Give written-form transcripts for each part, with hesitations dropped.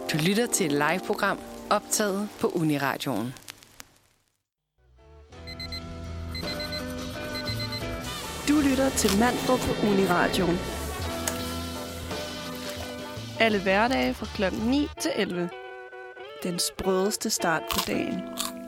Du lytter til et live-program optaget på Uniradioen. Du lytter til Manfred på Uniradioen. Alle hverdage fra klokken 9 til 11. Den sprødeste start på dagen.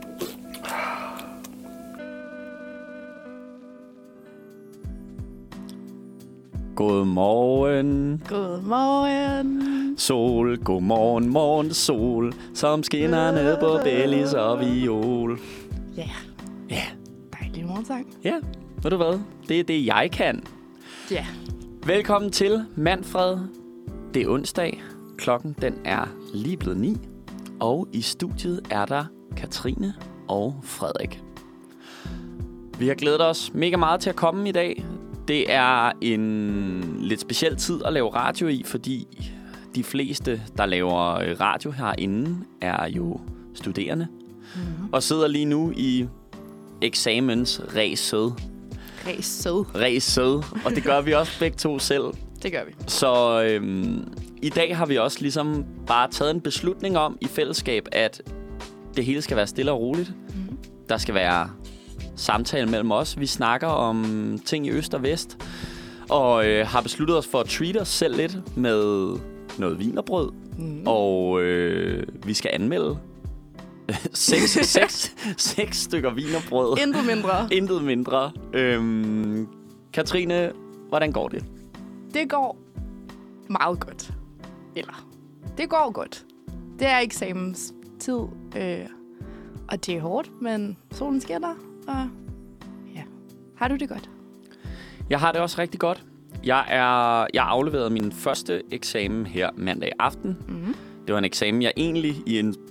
Godmorgen. Godmorgen. Sol, godmorgen, morgen sol, som skinner ned på Bellis og viol. Ja. Ja. Dejlig morgensang. Ja, ved du hvad? Det er det, jeg kan. Ja. Velkommen til Manfred. Det er onsdag. Klokken den er lige blevet 9. Og i studiet er der Katrine og Frederik. Vi har glædet os mega meget til at komme i dag. Det er en lidt speciel tid at lave radio i, fordi de fleste, der laver radio herinde, er jo studerende. Mm-hmm. Og sidder lige nu i eksamensræset. Ræset. Og det gør vi også begge to selv. Det gør vi. Så i dag har vi også ligesom bare taget en beslutning om i fællesskab, at det hele skal være stille og roligt. Mm-hmm. Der skal være samtale mellem os. Vi snakker om ting i øst og vest. Og har besluttet os for at treat os selv lidt med noget wienerbrød. Mm. Og vi skal anmelde 6 stykker wienerbrød. Intet mindre. Katrine, hvordan går det? Det går meget godt. Eller, det går godt. Det er eksamenstid, og det er hårdt, men solen skinner, og ja. Har du det godt? Jeg har det også rigtig godt. Jeg afleverede min første eksamen her mandag aften. Mm-hmm. Det var en eksamen, jeg egentlig i en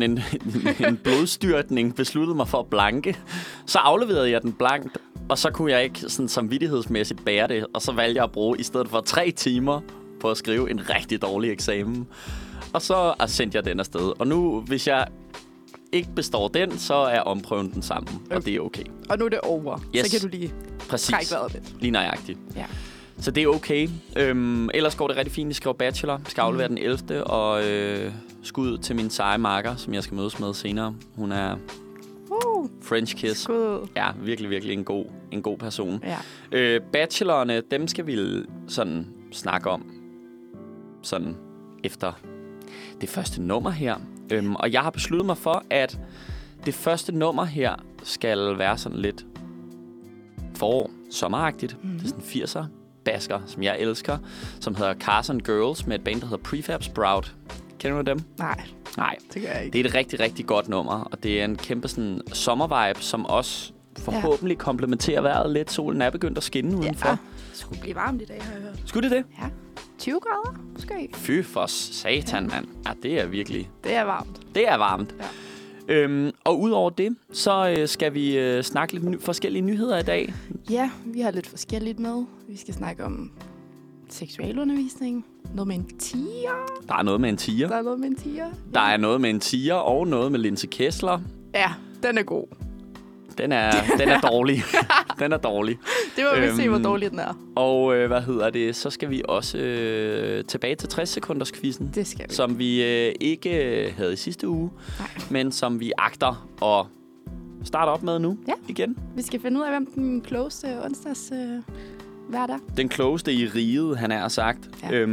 blodstyrtning besluttede mig for at blanke. Så afleverede jeg den blankt, og så kunne jeg ikke sådan samvittighedsmæssigt bære det. Og så valgte jeg at bruge i stedet for 3 timer på at skrive en rigtig dårlig eksamen. Og så sendte jeg den afsted. Og nu, hvis jeg ikke består den, så er omprøven den samme, okay. Og det er okay. Og nu er det over, yes. Så kan du lige trække vejret lidt. Lige nøjagtigt. Ja. Så det er okay. Ellers går det rigtig fint. Jeg skriver bachelor. Jeg skal aflevere den 11. Og skud til min seje makker, som jeg skal mødes med senere. Hun er French kiss. Skud. Ja, virkelig, virkelig en god person. Ja. Bachelorerne, dem skal vi sådan snakke om sådan efter det første nummer her. Og jeg har besluttet mig for, at det første nummer her skal være sådan lidt forår, sommeragtigt. Mm-hmm. Det er sådan 80'er basker, som jeg elsker, som hedder Cars and Girls med et band, der hedder Prefab Sprout. Kender du dem? Nej, det gør jeg ikke. Det er et rigtig, rigtig godt nummer, og det er en kæmpe sådan sommervibe, som også forhåbentlig komplementerer vejret lidt. Solen er begyndt at skinne udenfor. Ja, det skulle blive varmt i dag, har jeg hørt. Skulle det? Ja. 20 grader, måske. Fy for satan, mand. Ja, det er virkelig... Det er varmt. Det er varmt. Ja. Og udover det, så skal vi snakke lidt forskellige nyheder i dag. Ja, vi har lidt forskelligt med. Vi skal snakke om seksualundervisning. Noget med en tiger. Der er noget med en tiger. Der er noget med en tiger og noget med Linse Kessler. Ja, den er god. Den er dårlig. Den er dårlig. Det må vi se, hvor dårlig den er. Og så skal vi også tilbage til 60 sekunders quizzen. Det skal vi. Som vi ikke havde i sidste uge. Nej. Men som vi agter at starte op med nu igen. Vi skal finde ud af, hvem den klogeste onsdags vært er. Den klogeste i riget, han er sagt. Ja.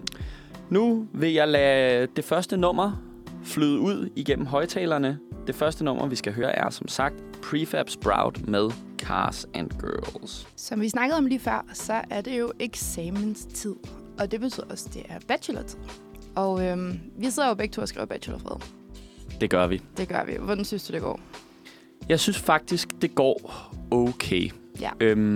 Nu vil jeg lade det første nummer flyde ud igennem højtalerne. Det første nummer, vi skal høre, er som sagt Prefab Sprout med Cars and Girls. Som vi snakkede om lige før, så er det jo eksamenstid. Og det betyder også, at det er bachelortid. Og vi sidder jo begge to og skriver bachelor, Fred. Det gør vi. Hvordan synes du, det går? Jeg synes faktisk, det går okay. Ja.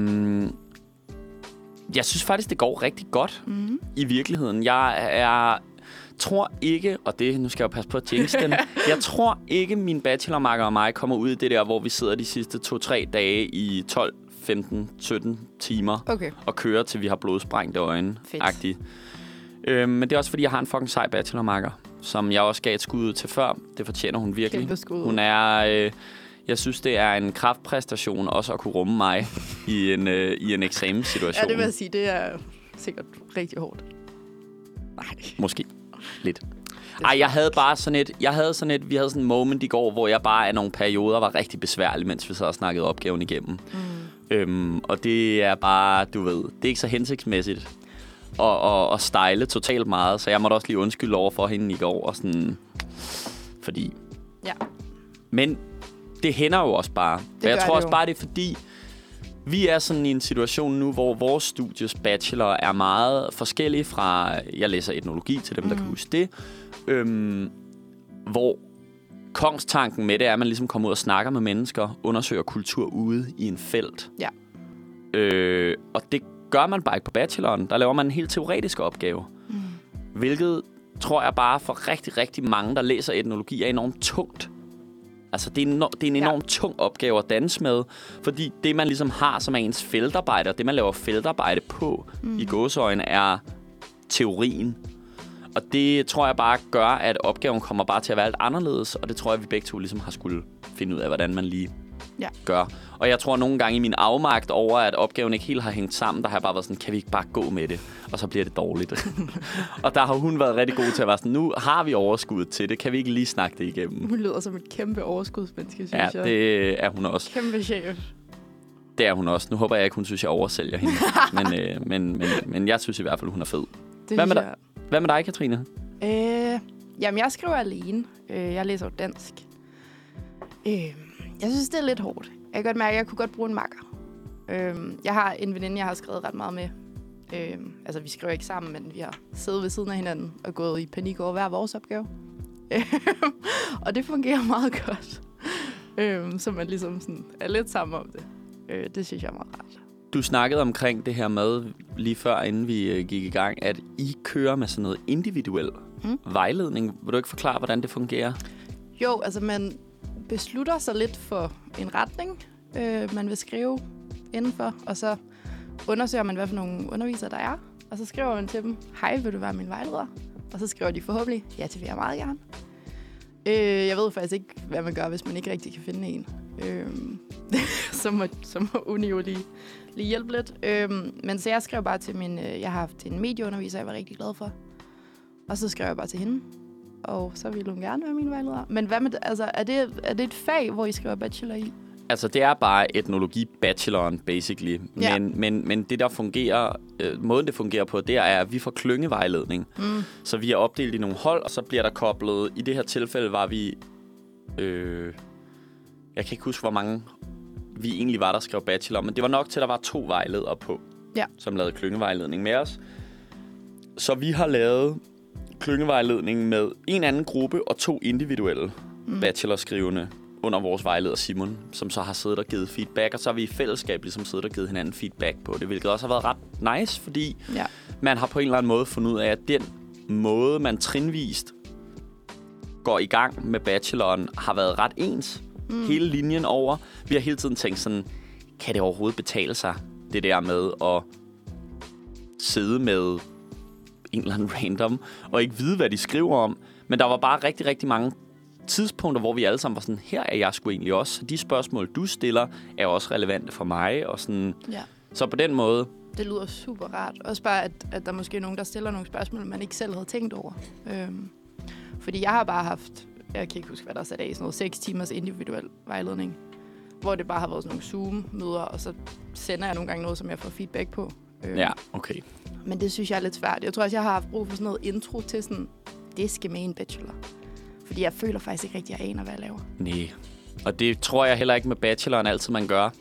Jeg synes faktisk, det går rigtig godt i virkeligheden. Jeg tror ikke, og det nu skal jeg jo passe på at jinx den, jeg tror ikke, min bachelormakker og mig kommer ud i det der, hvor vi sidder de sidste 2-3 dage i 12, 15, 17 timer og kører, til vi har blodsprængte øjne. Fedt. Men det er også, fordi jeg har en fucking sej bachelormakker, som jeg også gav et skud ud til før. Det fortjener hun virkelig. Hun er... Jeg synes, det er en kraftpræstation også at kunne rumme mig i en eksamenssituation. Ja, det vil jeg sige. Det er sikkert rigtig hårdt. Nej. Måske. Lidt. Ej, jeg havde sådan et moment i går, hvor jeg bare af nogle perioder var rigtig besværlig, mens vi så har snakket opgaven igennem. Og det er bare, du ved, det er ikke så hensigtsmæssigt at style totalt meget, så jeg måtte også lige undskylde over for hende i går, og sådan, fordi... Ja. Men det hænder jo også bare. Jeg tror også bare, det er fordi, vi er sådan i en situation nu, hvor vores studies bachelor er meget forskellige fra, jeg læser etnologi til dem, der kan huske det, hvor kongstanken med det er, at man ligesom kommer ud og snakker med mennesker, undersøger kultur ude i en felt. Ja. Og det gør man bare ikke på bacheloren. Der laver man en helt teoretisk opgave. Hvilket tror jeg bare for rigtig, rigtig mange, der læser etnologi, er enormt tungt. Altså, det er en enormt tung opgave at danse med, fordi det, man ligesom har som er ens feltarbejde, og det, man laver feltarbejde på i gåseøjne, er teorien. Og det tror jeg bare gør, at opgaven kommer bare til at være lidt anderledes, og det tror jeg, vi begge to ligesom har skulle finde ud af, hvordan man lige gør. Og jeg tror nogle gange i min afmagt over, at opgaven ikke helt har hængt sammen, der har jeg bare været sådan, kan vi ikke bare gå med det? Og så bliver det dårligt. Og der har hun været rigtig god til at være sådan, nu har vi overskud til det, kan vi ikke lige snakke det igennem? Hun lyder som et kæmpe overskudsmenneske, synes jeg. Ja, det er hun også. Kæmpe chef. Det er hun også. Nu håber jeg ikke, hun synes, jeg oversælger hende. men jeg synes i hvert fald, hun er fed. Hvad med dig, Katrine? Jamen, jeg skriver alene. Jeg læser jo dansk. Jeg synes, det er lidt hårdt. Jeg kan godt mærke, at jeg kunne godt bruge en makker. Jeg har en veninde, jeg har skrevet ret meget med. Altså, vi skriver ikke sammen, men vi har siddet ved siden af hinanden og gået i panik over hver vores opgave. Og det fungerer meget godt. Så man ligesom sådan er lidt sammen om det. Det synes jeg er meget rart. Du snakkede omkring det her med, lige før, inden vi gik i gang, at I kører med sådan noget individuel vejledning. Vil du ikke forklare, hvordan det fungerer? Jo, altså man beslutter sig lidt for en retning, man vil skrive indenfor, og så undersøger man, hvad for nogle undervisere der er, og så skriver man til dem, hej, vil du være min vejleder? Og så skriver de forhåbentlig, ja, det vil jeg meget gerne. Jeg ved faktisk ikke, hvad man gør, hvis man ikke rigtig kan finde en. Så må uni jo lige hjælpe lidt. Men så jeg skrev bare til jeg har haft en medieunderviser, jeg var rigtig glad for. Og så skrev jeg bare til hende. Og så ville hun gerne være min vejleder. Men hvad med, altså, er det et fag, hvor I skriver bachelor i? Altså, det er bare etnologi-bacheloren, basically. Ja. Men det, der fungerer, måden det fungerer på, det er, at vi får klyngevejledning. Så vi er opdelt i nogle hold, og så bliver der koblet. I det her tilfælde var vi... jeg kan ikke huske, hvor mange vi egentlig var, der skrev bachelor. Men det var nok til, at der var 2 vejledere på, som lavede klyngevejledning med os. Så vi har lavet klyngevejledning med en anden gruppe og 2 individuelle bachelorskrivende under vores vejleder Simon, som så har siddet og givet feedback, og så har vi i fællesskab ligesom siddet og givet hinanden feedback på det, hvilket også har været ret nice, fordi man har på en eller anden måde fundet ud af, at den måde, man trinvist går i gang med bacheloren, har været ret ens. Hele linjen over. Vi har hele tiden tænkt sådan, kan det overhovedet betale sig, det der med at sidde med en eller anden random, og ikke vide, hvad de skriver om. Men der var bare rigtig, rigtig mange tidspunkter, hvor vi alle sammen var sådan, her er jeg sgu egentlig også. De spørgsmål, du stiller, er også relevante for mig. Og sådan. Ja. Så på den måde... Det lyder super rart. Også bare, at der måske er nogen, der stiller nogle spørgsmål, man ikke selv havde tænkt over. Fordi jeg har bare haft... Jeg kan ikke huske, hvad der er sat af i sådan noget 6 timers individuel vejledning. Hvor det bare har været sådan nogle Zoom-møder, og så sender jeg nogle gange noget, som jeg får feedback på. Ja, okay. Men det synes jeg er lidt svært. Jeg tror også, jeg har haft brug for sådan noget intro til sådan, det skal med en bachelor. Fordi jeg føler faktisk ikke rigtig, at jeg aner, hvad jeg laver. Nej, og det tror jeg heller ikke med bacheloren altid, man gør.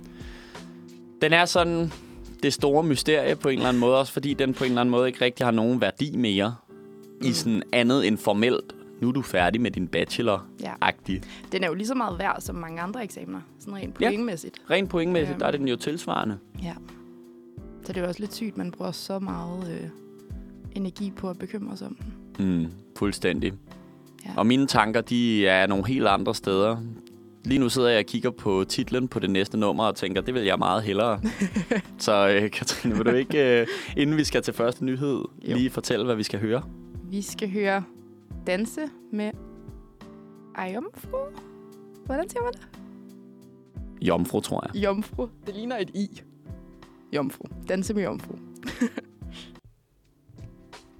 Den er sådan det store mysterie på en eller anden måde, også fordi den på en eller anden måde ikke rigtig har nogen værdi mere i sådan andet end formelt. Nu er du færdig med din bachelor-agtig. Den er jo lige så meget værd som mange andre eksamener, sådan rent pointmæssigt. Ja, rent pointmæssigt, der er det den jo tilsvarende. Ja. Så det er jo også lidt sygt, man bruger så meget energi på at bekymre sig om den. Fuldstændig. Ja. Og mine tanker, de er nogle helt andre steder. Lige nu sidder jeg og kigger på titlen på det næste nummer og tænker, det vil jeg meget hellere. Så Katrine, vil du ikke, inden vi skal til første nyhed, lige fortælle, hvad vi skal høre? Vi skal høre Danse med Jomfru. Hvordan siger man det? Jomfru, tror jeg. Jomfru. Det ligner et i. Jomfru. Danse med Jomfru.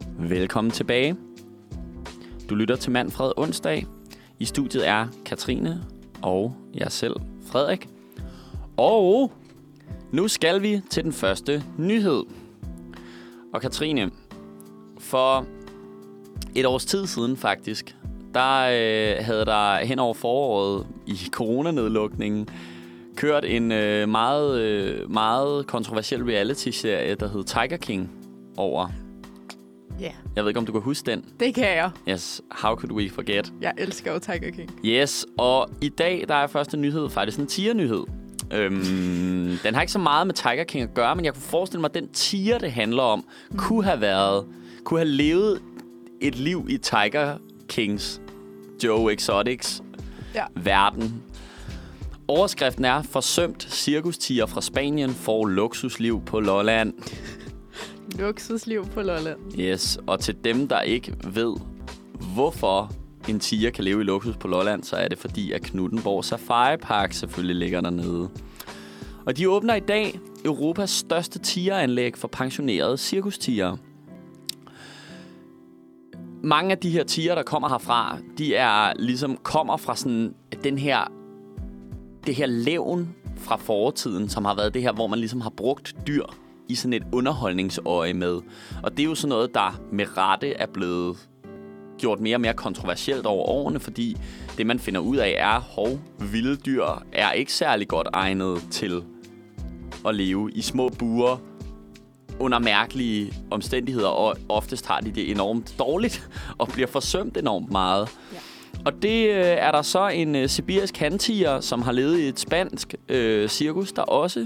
Velkommen tilbage. Du lytter til Manfred Onsdag. I studiet er Katrine og jeg selv, Frederik. Og nu skal vi til den første nyhed. Og Katrine, for et års tid siden faktisk, der havde der hen over foråret i coronanedlukningen kørt en meget kontroversiel reality-serie, der hed Tiger King over. Ja. Yeah. Jeg ved ikke, om du kan huske den. Det kan jeg. Yes, how could we forget? Jeg elsker jo Tiger King. Yes, og i dag der er første nyhed faktisk en tier-nyhed. Den har ikke så meget med Tiger King at gøre, men jeg kunne forestille mig, at den tier, det handler om, kunne have levet et liv i Tiger Kings, Joe Exotics verden. Overskriften er: forsømt cirkustiger fra Spanien får luksusliv på Lolland. Luksusliv på Lolland. Yes, og til dem, der ikke ved, hvorfor en tiger kan leve i luksus på Lolland, så er det fordi, at Knuthenborg Safari Park selvfølgelig ligger dernede. Og de åbner i dag Europas største tigeranlæg for pensionerede cirkustiger. Mange af de her tiger, der kommer herfra, de er ligesom kommer fra sådan det her levn fra fortiden, som har været det her, hvor man ligesom har brugt dyr i sådan et underholdningsøje med. Og det er jo sådan noget, der med rette er blevet gjort mere og mere kontroversielt over årene, fordi det, man finder ud af, er, at vilde dyr er ikke særlig godt egnet til at leve i små bure under mærkelige omstændigheder, og oftest har de det enormt dårligt og bliver forsømt enormt meget. Ja. Og det er der så en sibirisk hantiger, som har levet i et spansk cirkus, der også,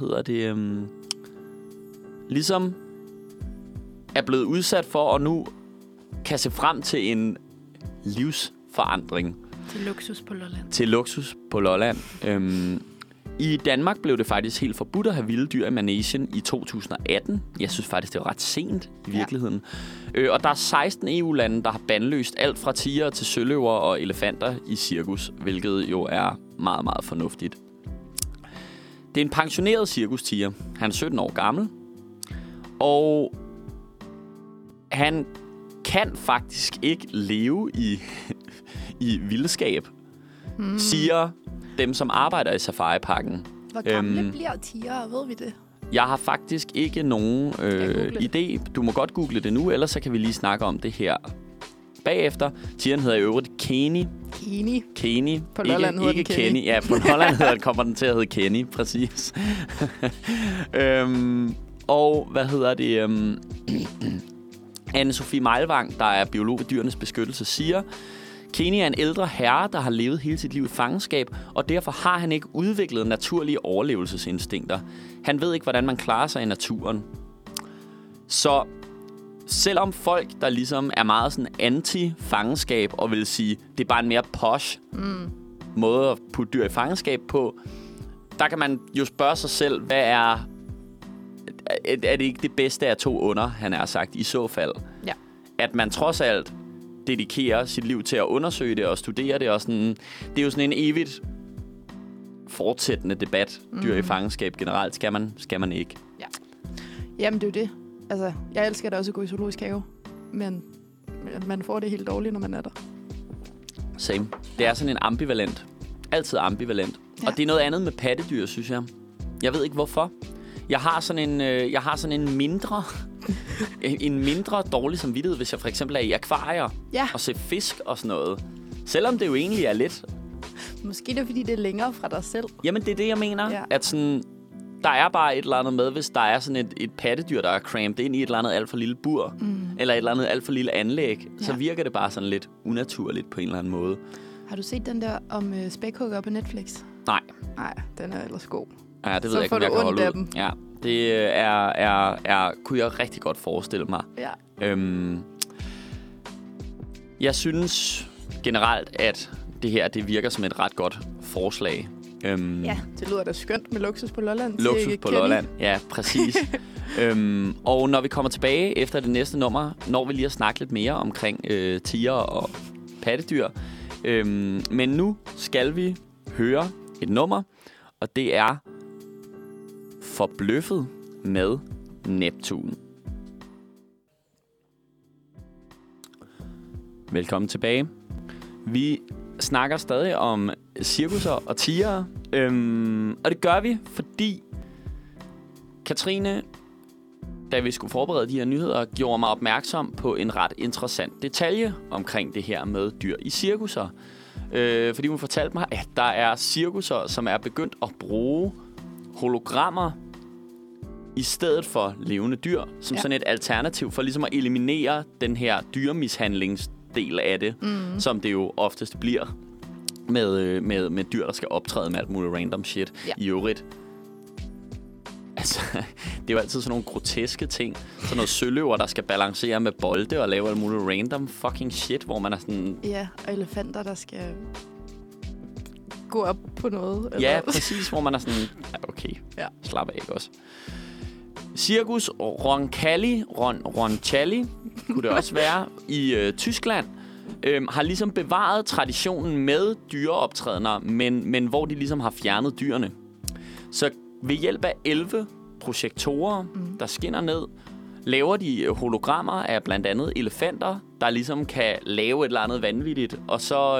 ligesom er blevet udsat for, og nu kan se frem til en livsforandring. Til luksus på Lolland. I Danmark blev det faktisk helt forbudt at have vilde dyr i Manegen i 2018. Jeg synes faktisk, det var ret sent i virkeligheden. Ja. Og der er 16 EU-lande, der har bandløst alt fra tiger til søløver og elefanter i cirkus, hvilket jo er meget, meget fornuftigt. Det er en pensioneret cirkustiger. Han er 17 år gammel. Og han kan faktisk ikke leve i vildskab, siger dem, som arbejder i safariparken. Hvor gamle bliver tiger, ved vi det? Jeg har faktisk ikke nogen idé. Du må godt google det nu, ellers så kan vi lige snakke om det her bagefter. Tigeren hedder i øvrigt Kenny. Kenny. På Lolland hedder den Kenny. Ja, på Lolland kommer den til at hedde Kenny, præcis. Og Anne-Sophie Meilvang, der er biolog ved Dyrenes Beskyttelse, siger: Kenny er en ældre herre, der har levet hele sit liv i fangenskab, og derfor har han ikke udviklet naturlige overlevelsesinstinkter. Han ved ikke, hvordan man klarer sig i naturen. Så selvom folk, der ligesom er meget sådan anti-fangenskab og vil sige, det er bare en mere posh måde at putte dyr i fangenskab på, der kan man jo spørge sig selv, hvad er det ikke det bedste af to onder, han har sagt, i så fald? Ja. At man trods alt dedikerer sit liv til at undersøge det og studere det. Og sådan, det er jo sådan en evigt fortsættende debat. Dyr i fangenskab generelt. Skal man ikke? Ja. Jamen, det er jo det. Altså, jeg elsker da også at gå i zoologisk have. Men man får det helt dårligt, når man er der. Same. Det er sådan en ambivalent. Altid ambivalent. Ja. Og det er noget andet med pattedyr, synes jeg. Jeg ved ikke, hvorfor. Jeg har sådan en mindre dårlig samvittighed, hvis jeg for eksempel er i akvarier og ser fisk og sådan noget. Selvom det jo egentlig er lidt. Måske det er, fordi det er længere fra dig selv. Jamen, det er det, jeg mener. Ja. At sådan, der er bare et eller andet med, hvis der er sådan et pattedyr, der er cramped ind i et eller andet alt for lille bur, eller et eller andet alt for lille anlæg, så virker det bare sådan lidt unaturligt på en eller anden måde. Har du set den der om spækhugger på Netflix? Nej. Nej, den er ellers god. Ja, det ved jeg ikke, om jeg kan holde ud. Ja, det kunne jeg rigtig godt forestille mig. Ja. Jeg synes generelt, at det her, det virker som et ret godt forslag. Ja, det lyder da skønt med luksus på Lolland. Luksus på Lolland, ja, præcis. Og når vi kommer tilbage efter det næste nummer, når vi lige at snakke lidt mere omkring tiger og pattedyr. Men nu skal vi høre et nummer, og det er Forbløffet med Neptun. Velkommen tilbage. Vi snakker stadig om cirkusser og tigere. Og det gør vi, fordi Katrine, da vi skulle forberede de her nyheder, gjorde mig opmærksom på en ret interessant detalje omkring det her med dyr i cirkusser. Fordi hun fortalte mig, at der er cirkusser, som er begyndt at bruge hologrammer i stedet for levende dyr, som sådan et alternativ for ligesom at eliminere den her dyremishandlingsdel af det, som det jo oftest bliver med dyr, der skal optræde med alt muligt random shit i øvrigt. Altså, det er jo altid sådan nogle groteske ting. Sådan noget søløver, der skal balancere med bolde og lave alt muligt random fucking shit, hvor man er sådan... Ja, og elefanter, der skal gå op på noget. Eller? Ja, præcis, hvor man er sådan... Okay, slap af, ikke også? Cirkus Roncalli, kunne det også være, i Tyskland, har ligesom bevaret traditionen med dyreoptrædener, men hvor de ligesom har fjernet dyrene. Så ved hjælp af 11 projektorer, der skinner ned, laver de hologrammer af blandt andet elefanter, der ligesom kan lave et eller andet vanvittigt, og så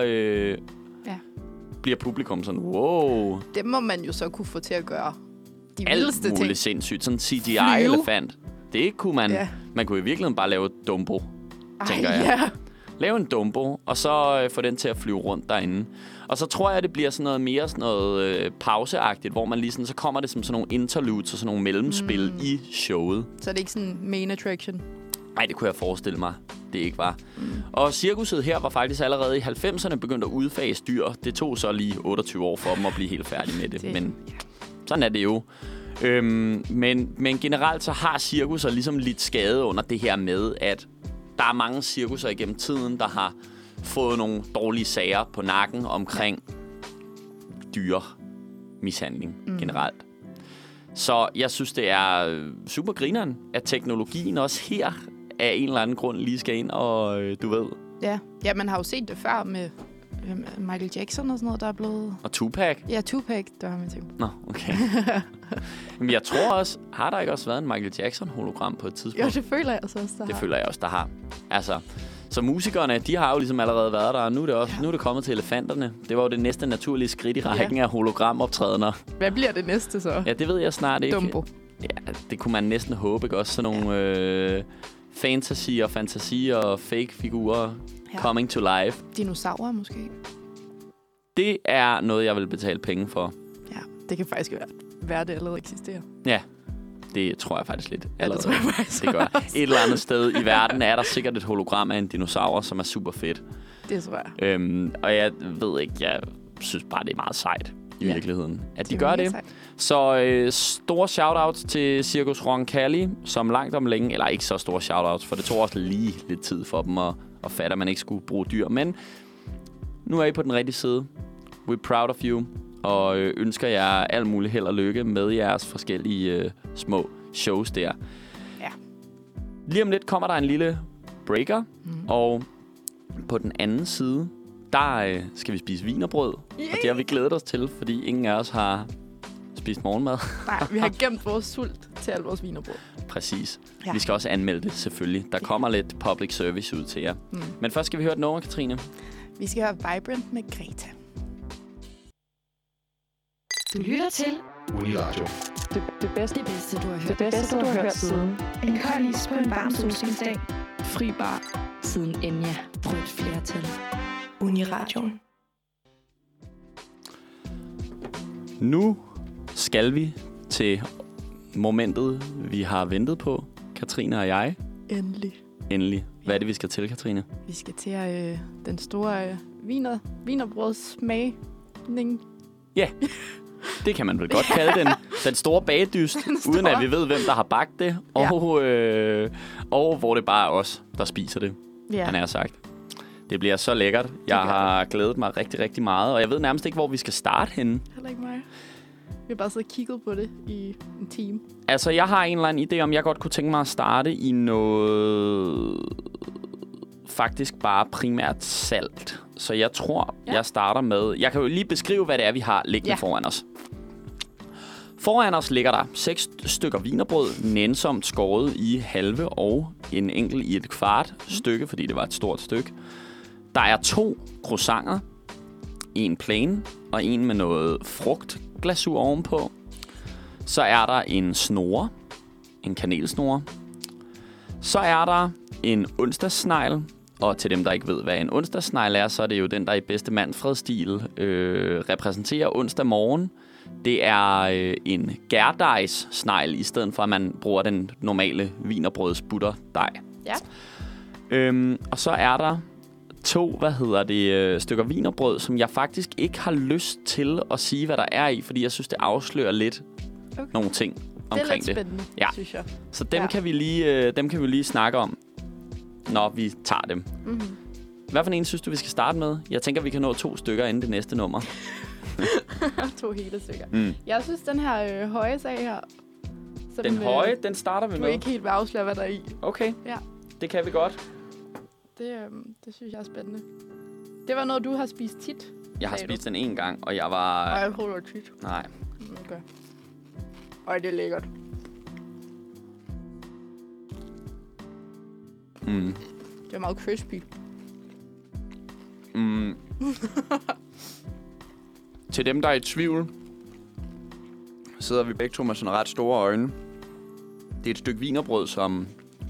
bliver publikum sådan, wow. Det må man jo så kunne få til at gøre de alt vildeste ting. Alt muligt sindssygt. Sådan en CGI-elefant. Det kunne man. Ja. Man kunne i virkeligheden bare lave et Dumbo, tænker jeg. Ja. Lave en Dumbo, og så få den til at flyve rundt derinde. Og så tror jeg, det bliver sådan noget mere sådan noget pauseagtigt, hvor man lige sådan, så kommer det som sådan nogle interludes og sådan nogle mellemspil i showet. Så det er ikke sådan main attraction? Nej, det kunne jeg forestille mig, det ikke var. Og cirkuset her var faktisk allerede i 90'erne begyndt at udfase dyr. Det tog så lige 28 år for dem at blive helt færdige med det. Men sådan er det jo. Men generelt så har cirkuser ligesom lidt skade under det her med, at der er mange cirkuser igennem tiden, der har fået nogle dårlige sager på nakken omkring dyremishandling generelt. Så jeg synes, det er super grineren, at teknologien også her af en eller anden grund lige skal ind, og du ved. Ja, man har jo set det før med Michael Jackson og sådan noget, der er blevet... Og Tupac? Ja, Tupac, der har man tænkt. Nå, okay. Men jeg tror også, har der ikke også været en Michael Jackson-hologram på et tidspunkt? Jo, det føler jeg også, der har. Det føler jeg også, der har. Altså, så musikerne, de har jo ligesom allerede været der, og nu er det kommet til elefanterne. Det var jo det næste naturlige skridt i rækken af hologramoptrædener. Hvad bliver det næste så? Ja, det ved jeg snart ikke. Dumbo. Ja, det kunne man næsten håbe, ikke? Også sådan nogle fantasi og fake-figurer coming to life. Dinosaurer måske? Det er noget, jeg vil betale penge for. Ja, det kan faktisk være, det allerede eksisterer. Ja, det tror jeg faktisk lidt allerede. Ja, det tror jeg faktisk det gør. Et eller andet sted i verden er der sikkert et hologram af en dinosaur, som er super fedt. Det tror jeg. Og jeg ved ikke, jeg synes bare, det er meget sejt i virkeligheden, at de gør det. Sejt. Så store shoutouts til Cirkus Roncalli, som langt om længe, eller ikke så store shoutouts, for det tog også lige lidt tid for dem at fatte, at man ikke skulle bruge dyr. Men nu er I på den rigtige side. We're proud of you. Og ønsker jer alt muligt held og lykke med jeres forskellige små shows der. Ja. Lige om lidt kommer der en lille breaker, og på den anden side, der skal vi spise wienerbrød. Og det har vi glædet os til, fordi ingen af os har spist morgenmad. Nej, vi har gemt vores sult til al vores wienerbrød. Præcis. Ja. Vi skal også anmelde det, selvfølgelig. Der kommer lidt public service ud til jer. Men først skal vi høre et nummer, Katrine. Vi skal høre Vibrant med Greta. Du lytter til Uniradio. Det bedste, du har hørt siden. En kold is på en varm solskinsdag. Fri bar. Siden Enya. Rødt flertal. Uniradioen. Nu skal vi til momentet, vi har ventet på, Katrine og jeg. Endelig. Hvad er det, vi skal til, Katrine? Vi skal til den store wienerbrødssmagning. Ja, det kan man vel godt kalde den store bagdyst, uden at vi ved, hvem der har bagt det, og hvor det bare er os, der spiser det, han har sagt. Det bliver så lækkert. Jeg har glædet mig rigtig, rigtig meget, og jeg ved nærmest ikke, hvor vi skal starte henne. Heller ikke mig. Vi har bare siddet og kigget på det i en time. Altså, jeg har en eller anden idé om, jeg godt kunne tænke mig at starte i noget faktisk bare primært salt. Så jeg tror, jeg starter med... Jeg kan jo lige beskrive, hvad det er, vi har liggende foran os. Foran os ligger der 6 stykker wienerbrød, nænsomt skåret i halve og en enkelt i et kvart stykke, fordi det var et stort stykke. Der er 2 croissanter. En plain og en med noget frugtglasur ovenpå. Så er der en snore. En kanelsnore. Så er der en onsdagssnegl. Og til dem, der ikke ved, hvad en onsdagssnegl er, så er det jo den, der i bedste Manfred-stil repræsenterer onsdag morgen. Det er en gærdejssnegl, i stedet for, at man bruger den normale wienerbrødsbutterdej. Ja. Og så er der 2, stykker wienerbrød, som jeg faktisk ikke har lyst til at sige, hvad der er i, fordi jeg synes, det afslører lidt nogle ting omkring det. Det er lidt spændende, synes jeg. Så dem kan vi lige snakke om, når vi tager dem. Mm-hmm. Hvad for en synes du, vi skal starte med? Jeg tænker, vi kan nå 2 stykker inden det næste nummer. 2 hele stykker. Jeg synes, den her høje sag her... Som, den høje, den starter vi med. Du ikke helt vil afsløre, hvad der er i. Okay, ja. Det kan vi godt. Det synes jeg er spændende. Det var noget, du har spist tit. Jeg har spist den 1 gang, og jeg var... Nej, jeg tror, det var tit. Nej. Okay. Øj, det er lækkert. Det er meget crispy. Til dem, der er i tvivl, sidder vi begge to med sådan ret store øjne. Det er et stykke wienerbrød, som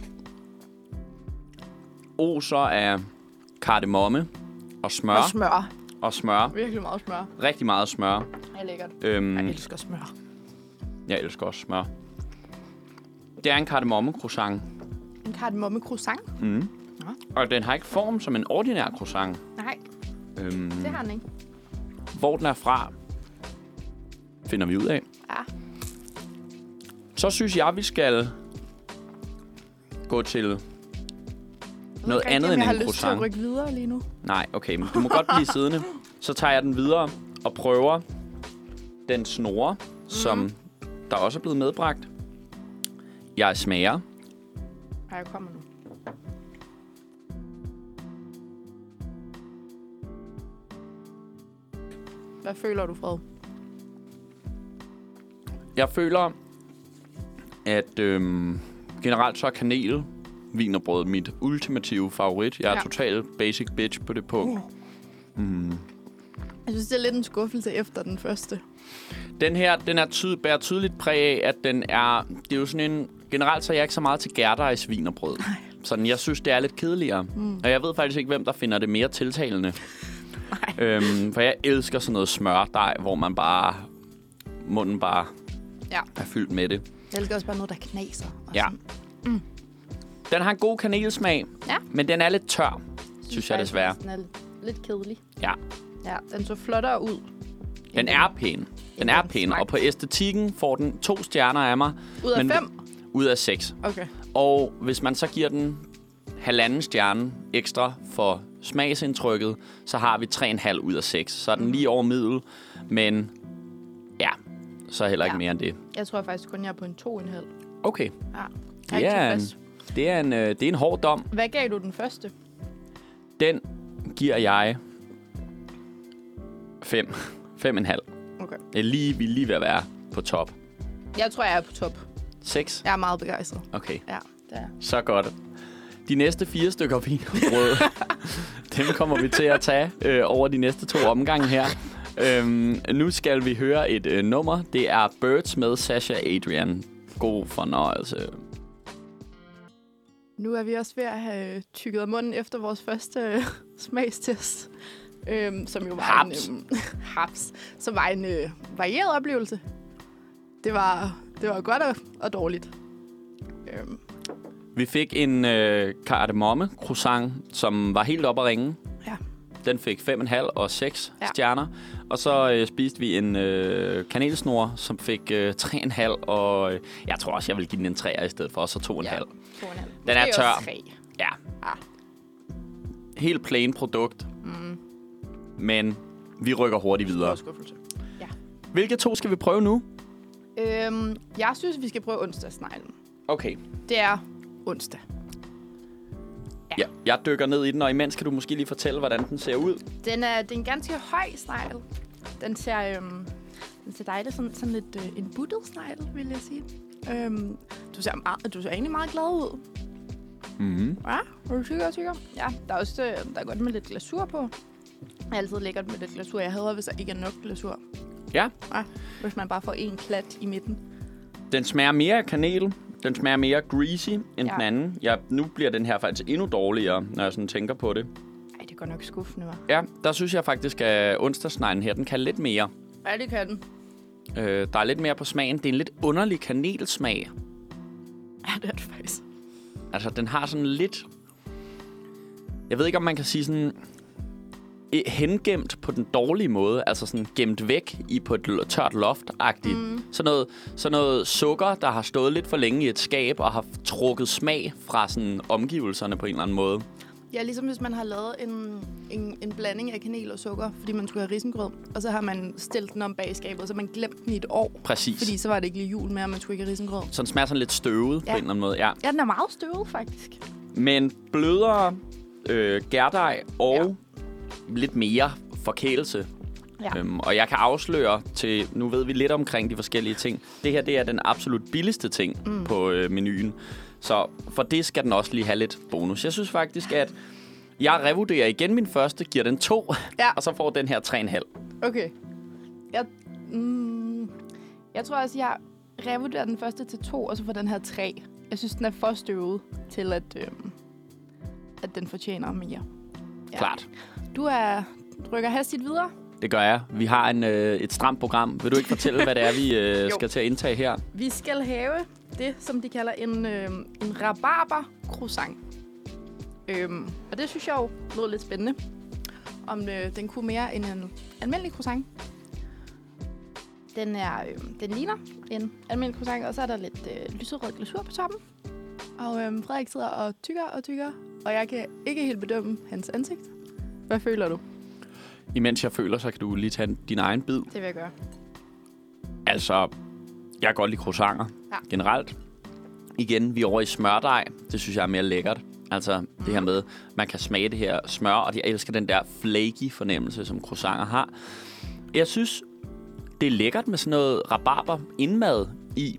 oser af kardemomme og smør. Og smør. Virkelig meget smør. Rigtig meget smør. Det er lækkert. Jeg elsker smør. Jeg elsker også smør. Det er en kardemomme-croissant. En kardemomme-croissant? Ja. Og den har ikke form som en ordinær croissant. Nej, det har den ikke. Hvor den er fra, finder vi ud af. Ja. Så synes jeg, vi skal gå til noget andet end en croissant. Jeg har lyst til at rykke videre lige nu. Nej, okay, men du må godt blive siddende. Så tager jeg den videre og prøver den snore, som der også er blevet medbragt. Jeg smager. Ja, jeg kommer nu. Hvad føler du, Fred? Jeg føler, at generelt så er kanel wienerbrød mit ultimative favorit. Jeg er total basic bitch på det punkt. Jeg synes, det er lidt en skuffelse efter den første. Den her, bærer tydeligt præg af, at den er... Det er jo sådan en... Generelt så er jeg ikke så meget til gærdejs wienerbrød. Sådan, jeg synes, det er lidt kedeligere. Og jeg ved faktisk ikke, hvem der finder det mere tiltalende. For jeg elsker sådan noget smørdej, hvor man bare... Munden bare er fyldt med det. Jeg elsker også bare noget, der knaser. Ja. Den har en god kanelsmag, men den er lidt tør, synes jeg desværre. Den er lidt kedelig. Ja. Ja, den så flottere ud. Den er pæn. Den er pæn, og på æstetikken får den 2 stjerner af mig. Ud af 5? Ud af 6. Okay. Og hvis man så giver den 1,5 stjerne ekstra for smagsindtrykket, så har vi 3,5 ud af 6. Så er den lige over middel, men ja, så heller ikke mere end det. Jeg tror faktisk kun, jeg er på en 2,5. Okay. Ja. Det er en hård dom. Hvad gav du den første? Den giver jeg 5. 5,5. Okay. Vi er lige ved at være på top. Jeg tror, jeg er på top. 6? Jeg er meget begejstret. Okay. Ja, det er. Så godt. De næste 4 stykker wienerbrød, dem kommer vi til at tage over de næste 2 omgange her. Nu skal vi høre et nummer. Det er Birds med Sasha Adrian. God fornøjelse. Nu er vi også ved at have tykket af munden efter vores første smagstest. Som jo var som var en varieret oplevelse. Det var godt og dårligt. Vi fik en kardemomme croissant, som var helt oppe at ringe. Ja. Den fik 5,5 og 6 stjerner. Og så spiste vi en kanelsnor, som fik 3,5. Og jeg tror også, jeg vil give den en 3'er i stedet for, så 2,5. Ja, 2,5. Den er tør. 3. Ja. Helt plain produkt. Men vi rykker hurtigt videre. Ja. Hvilke 2 skal vi prøve nu? Jeg synes, vi skal prøve onsdagssneglen. Okay. Det er onsdag. Ja, jeg dykker ned i den, og imens kan du måske lige fortælle, hvordan den ser ud. Det er en ganske høj snegl. Den ser dejligt sådan lidt en buttet snegl, vil jeg sige. Du ser egentlig meget glad ud. Mm-hmm. Ja, er du tykker? Ja, der er også der er godt med lidt glasur på. Det er altid lækkert med lidt glasur. Jeg hader, hvis der ikke er nok glasur. Ja. Hvis man bare får en klat i midten. Den smager mere af kanel. Den smager mere greasy end den anden. Ja, nu bliver den her faktisk endnu dårligere, når jeg sådan tænker på det. Ej, det går nok skuffende, hva'? Ja, der synes jeg faktisk, at onsdagsneglen her, den kan lidt mere. Ja, det kan den. Der er lidt mere på smagen. Det er en lidt underlig kanelsmag. Ja, det er det faktisk. Altså, den har sådan lidt... Jeg ved ikke, om man kan sige sådan... hengemt på den dårlige måde. Altså sådan gemt væk på et tørt loft-agtigt. Sådan noget sukker, der har stået lidt for længe i et skab og har trukket smag fra sådan omgivelserne på en eller anden måde. Ja, ligesom hvis man har lavet en blanding af kanel og sukker, fordi man skulle have risengrød, og så har man stillet den om bag i skabet, og så har man glemt den i et år. Præcis. Fordi så var det ikke lige jul mere, og man skulle ikke have risengrød. Så den smager sådan lidt støvet på en eller anden måde. Ja, den er meget støvet, faktisk. Men blødere gærdej og lidt mere forkælelse. Ja. Og jeg kan afsløre til, nu ved vi lidt omkring de forskellige ting. Det her, det er den absolut billigste ting på menuen. Så for det skal den også lige have lidt bonus. Jeg synes faktisk, at jeg revurderer igen min første, giver den 2, og så får den her 3,5. Okay. Jeg tror også, jeg revurderer den første til 2, og så får den her 3. Jeg synes, den er for støvet til, at den fortjener mere. Ja. Klart. Du rykker hastigt videre. Det gør jeg. Vi har et stramt program. Vil du ikke fortælle, hvad det er, vi skal til at indtage her? Vi skal have det, som de kalder en rabarber-croissant. Og det synes jeg jo lød lidt spændende. Om den kunne mere end en almindelig croissant. Den ligner en almindelig croissant, og så er der lidt lyserød glasur på toppen. Og Frederik sidder og tykker, og jeg kan ikke helt bedømme hans ansigt. Hvad føler du? Imens jeg føler, så kan du lige tage din egen bid. Det vil jeg gøre. Altså, jeg kan godt lide croissanter generelt. Igen, vi er over i smørdej. Det synes jeg er mere lækkert. Altså, det her med, man kan smage det her smør, og jeg elsker den der flaky fornemmelse, som croissanter har. Jeg synes, det er lækkert med sådan noget rabarber indmad i.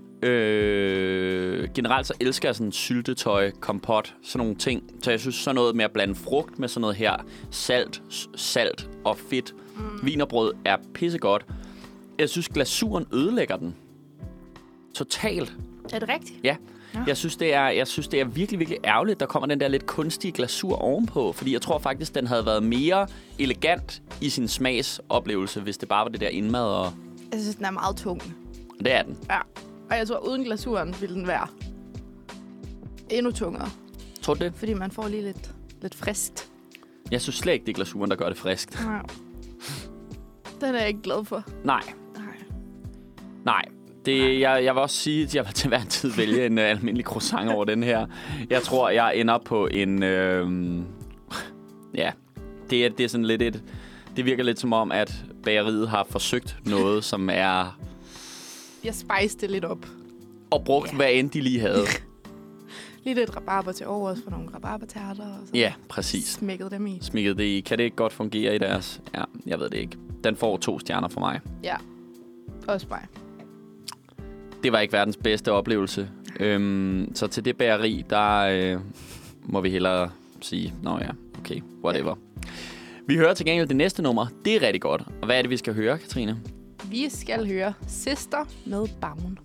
Generelt så elsker jeg sådan syltetøj, kompot, sådan nogle ting. Så jeg synes sådan noget med at blande frugt med sådan noget her salt og fedt. Wienerbrød er pissegodt. Jeg synes glasuren ødelægger den. Totalt. Er det rigtigt? Ja. Jeg synes, det er virkelig, virkelig ærgerligt, der kommer den der lidt kunstige glasur ovenpå. Fordi jeg tror faktisk, den havde været mere elegant i sin smagsoplevelse, hvis det bare var det der indmad. Og... Jeg synes, den er meget tung. Det er den. Ja. Og jeg tror, uden glasuren ville den være endnu tungere. Tror du det? Fordi man får lige lidt friskt. Jeg synes slet ikke, det er glasuren, der gør det friskt. Nej. Den er jeg ikke glad for. Nej. Jeg vil også sige, at jeg vil til hver tid vælge en almindelig croissant over den her. Jeg tror, jeg ender på en... det er sådan lidt et... Det virker lidt som om, at bageriet har forsøgt noget, som er... Jeg spicede det lidt op. Og brugt, hvad end de lige havde. Lige lidt rabarber til overs for nogle rabarbertærter. Og så præcis. Smækkede dem i. Smækkede det i. Kan det ikke godt fungere i deres... Ja, jeg ved det ikke. Den får 2 stjerner for mig. Ja, også mig. Det var ikke verdens bedste oplevelse. Så til det bageri, der må vi hellere sige, okay, whatever. Ja. Vi hører til gengæld det næste nummer. Det er rigtig godt. Og hvad er det, vi skal høre, Katrine? Vi skal høre Sister med Baun.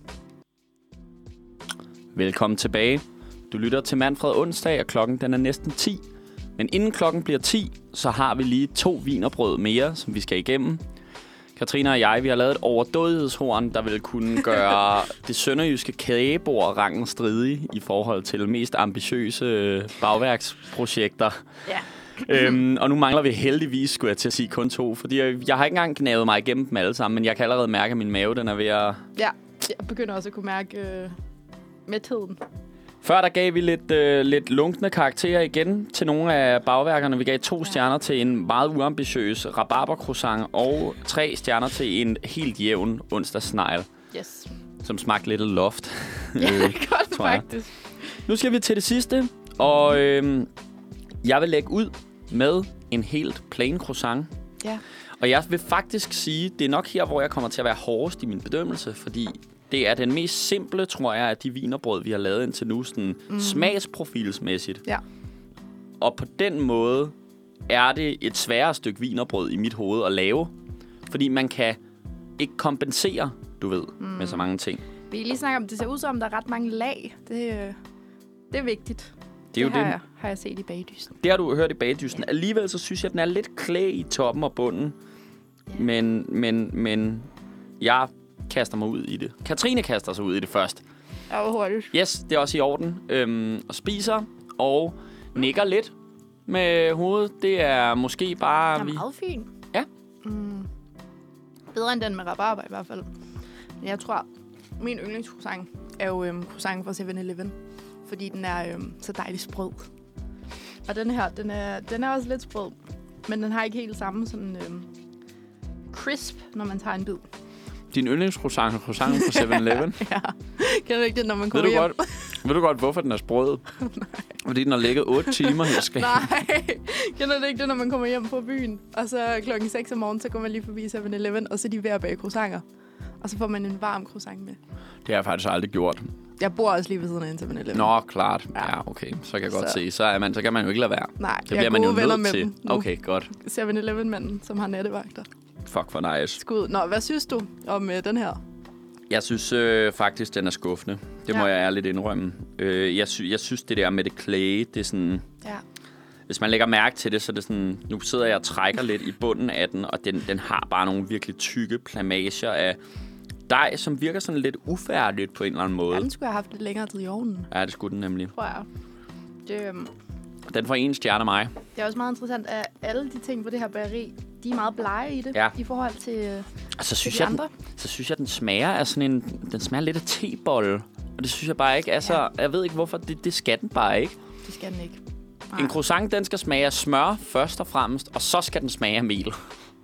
Velkommen tilbage. Du lytter til Manfred onsdag, og klokken den er næsten 10. Men inden klokken bliver 10, så har vi lige 2 wienerbrød mere, som vi skal igennem. Katrine og jeg, vi har lavet et overdådighedshorn, der vil kunne gøre det sønderjyske kagebord rangen stridig i forhold til mest ambitiøse bagværksprojekter. Ja. Og nu mangler vi heldigvis, skulle jeg til at sige, kun 2, fordi jeg har ikke engang gnavet mig igennem dem alle sammen, men jeg kan allerede mærke, at min mave den er ved at... Ja, jeg begynder også at kunne mærke mætheden. Før der gav vi lidt lunkne karakterer igen til nogle af bagværkerne. Vi gav 2 stjerner til en meget uambitiøs rabarbercroissant og 3 stjerner til en helt jævn onsdagssnegl. Yes. Som smagte lidt af loft. Ja, godt faktisk. Nu skal vi til det sidste, og jeg vil lægge ud med en helt plain croissant. Ja. Og jeg vil faktisk sige, det er nok her, hvor jeg kommer til at være hårdest i min bedømmelse, fordi Det er den mest simple, tror jeg, af de wienerbrød, vi har lavet indtil nu, sådan smagsprofilsmæssigt. Ja. Og på den måde er det et sværere stykke wienerbrød i mit hoved at lave, fordi man kan ikke kompensere, du ved, med så mange ting. Vi kan lige snakke om, det ser ud som, der er ret mange lag. Det er vigtigt. Det er jo det. Har jeg set i bagdysten. Det har du hørt i bagdysten. Ja. Alligevel så synes jeg, at den er lidt klæ i toppen og bunden. Ja. Men jeg kaster mig ud i det. Katrine kaster sig ud i det først. Ja, hurtigt. Yes, det er også i orden. Og spiser og nikker lidt med hovedet. Det er måske bare... Den er meget fin. Ja. Bedre end den med rabarber i hvert fald. Men jeg tror, min yndlingscroissant er jo croissant fra 7-Eleven. Fordi den er så dejligt sprød. Og den her, den er også lidt sprød. Men den har ikke helt samme sådan crisp, når man tager en bid. Din yndlingscroissant er croissanten fra 7-Eleven? Ja. Kan du ikke det, når man kommer hjem? Ved du godt, hvorfor den er sprød? Nej. Fordi den har ligget 8 timer her skal. Nej. Kender du ikke det, når man kommer hjem fra byen? Og så klokken 6 om morgenen, så går man lige forbi 7-Eleven, og så er de ved at bage croissanter. Og så får man en varm croissant med. Det har jeg faktisk aldrig gjort. Jeg bor også lige ved siden af en 7-Eleven. Nå, klart. Ja, okay. Så kan jeg godt se. Så kan man jo ikke lade være. Nej, det bliver man jo nødt til. Dem Okay, godt. 7-Eleven-manden, som har nattevagter. Fuck for nice. Skud. Nå, hvad synes du om den her? Jeg synes faktisk, den er skuffende. Det må jeg ærligt indrømme. Jeg synes, det der med det clay, det er sådan... Ja. Hvis man lægger mærke til det, så er det sådan... Nu sidder jeg og trækker lidt i bunden af den, og den har bare nogle virkelig tykke plamager af dej, som virker sådan lidt ufærdigt på en eller anden måde. Ja, den skulle have haft lidt længere tid i ovnen. Ja, det skulle den nemlig. Tror jeg. Den får 1 stjerne af mig. Det er også meget interessant, at alle de ting på det her bageri, de er meget blege i det, i forhold til så synes de jeg, andre. Så synes jeg, den smager af sådan en... Den smager lidt af tebolle. Og det synes jeg bare ikke. Altså, jeg ved ikke, hvorfor. Det skal den bare ikke. Det skal den ikke. Nej. En croissant, den skal smage af smør først og fremmest, og så skal den smage af mel.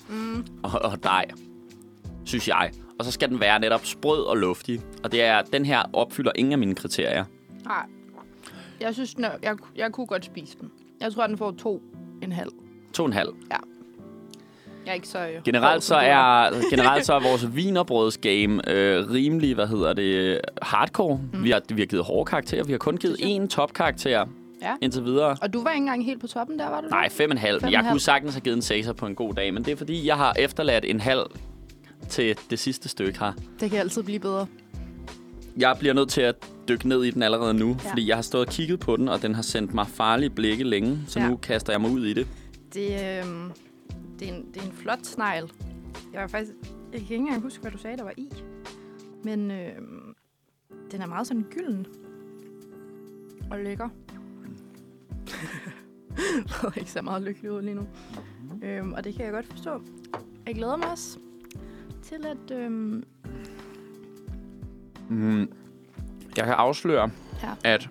Og dej, synes jeg. Og så skal den være netop sprød og luftig. Og den her opfylder ingen af mine kriterier. Nej. Jeg synes, jeg kunne godt spise den. Jeg tror, den får 2,5. 2,5? Ja. Jeg er ikke så... Generelt så er vores wienerbrødsgame rimelig, hardcore. Vi har givet hårde karakterer. Vi har kun givet 1 topkarakter indtil videre. Og du var ikke engang helt på toppen der, var du? Nej, 5,5. Jeg kunne sagtens have givet en 6'er på en god dag, men det er fordi, jeg har efterladt en halv til det sidste stykke her. Det kan altid blive bedre. Jeg bliver nødt til at dykke ned i den allerede nu, fordi jeg har stået og kigget på den, og den har sendt mig farlige blikke længe, så nu kaster jeg mig ud i det. Det er en flot snegl. Jeg kan ikke engang huske, hvad du sagde, der var i. Men den er meget sådan gylden. Og lækker. Jeg er ikke så meget lykkelig ud lige nu. Og det kan jeg godt forstå. Jeg glæder mig også til at... Jeg kan afsløre, at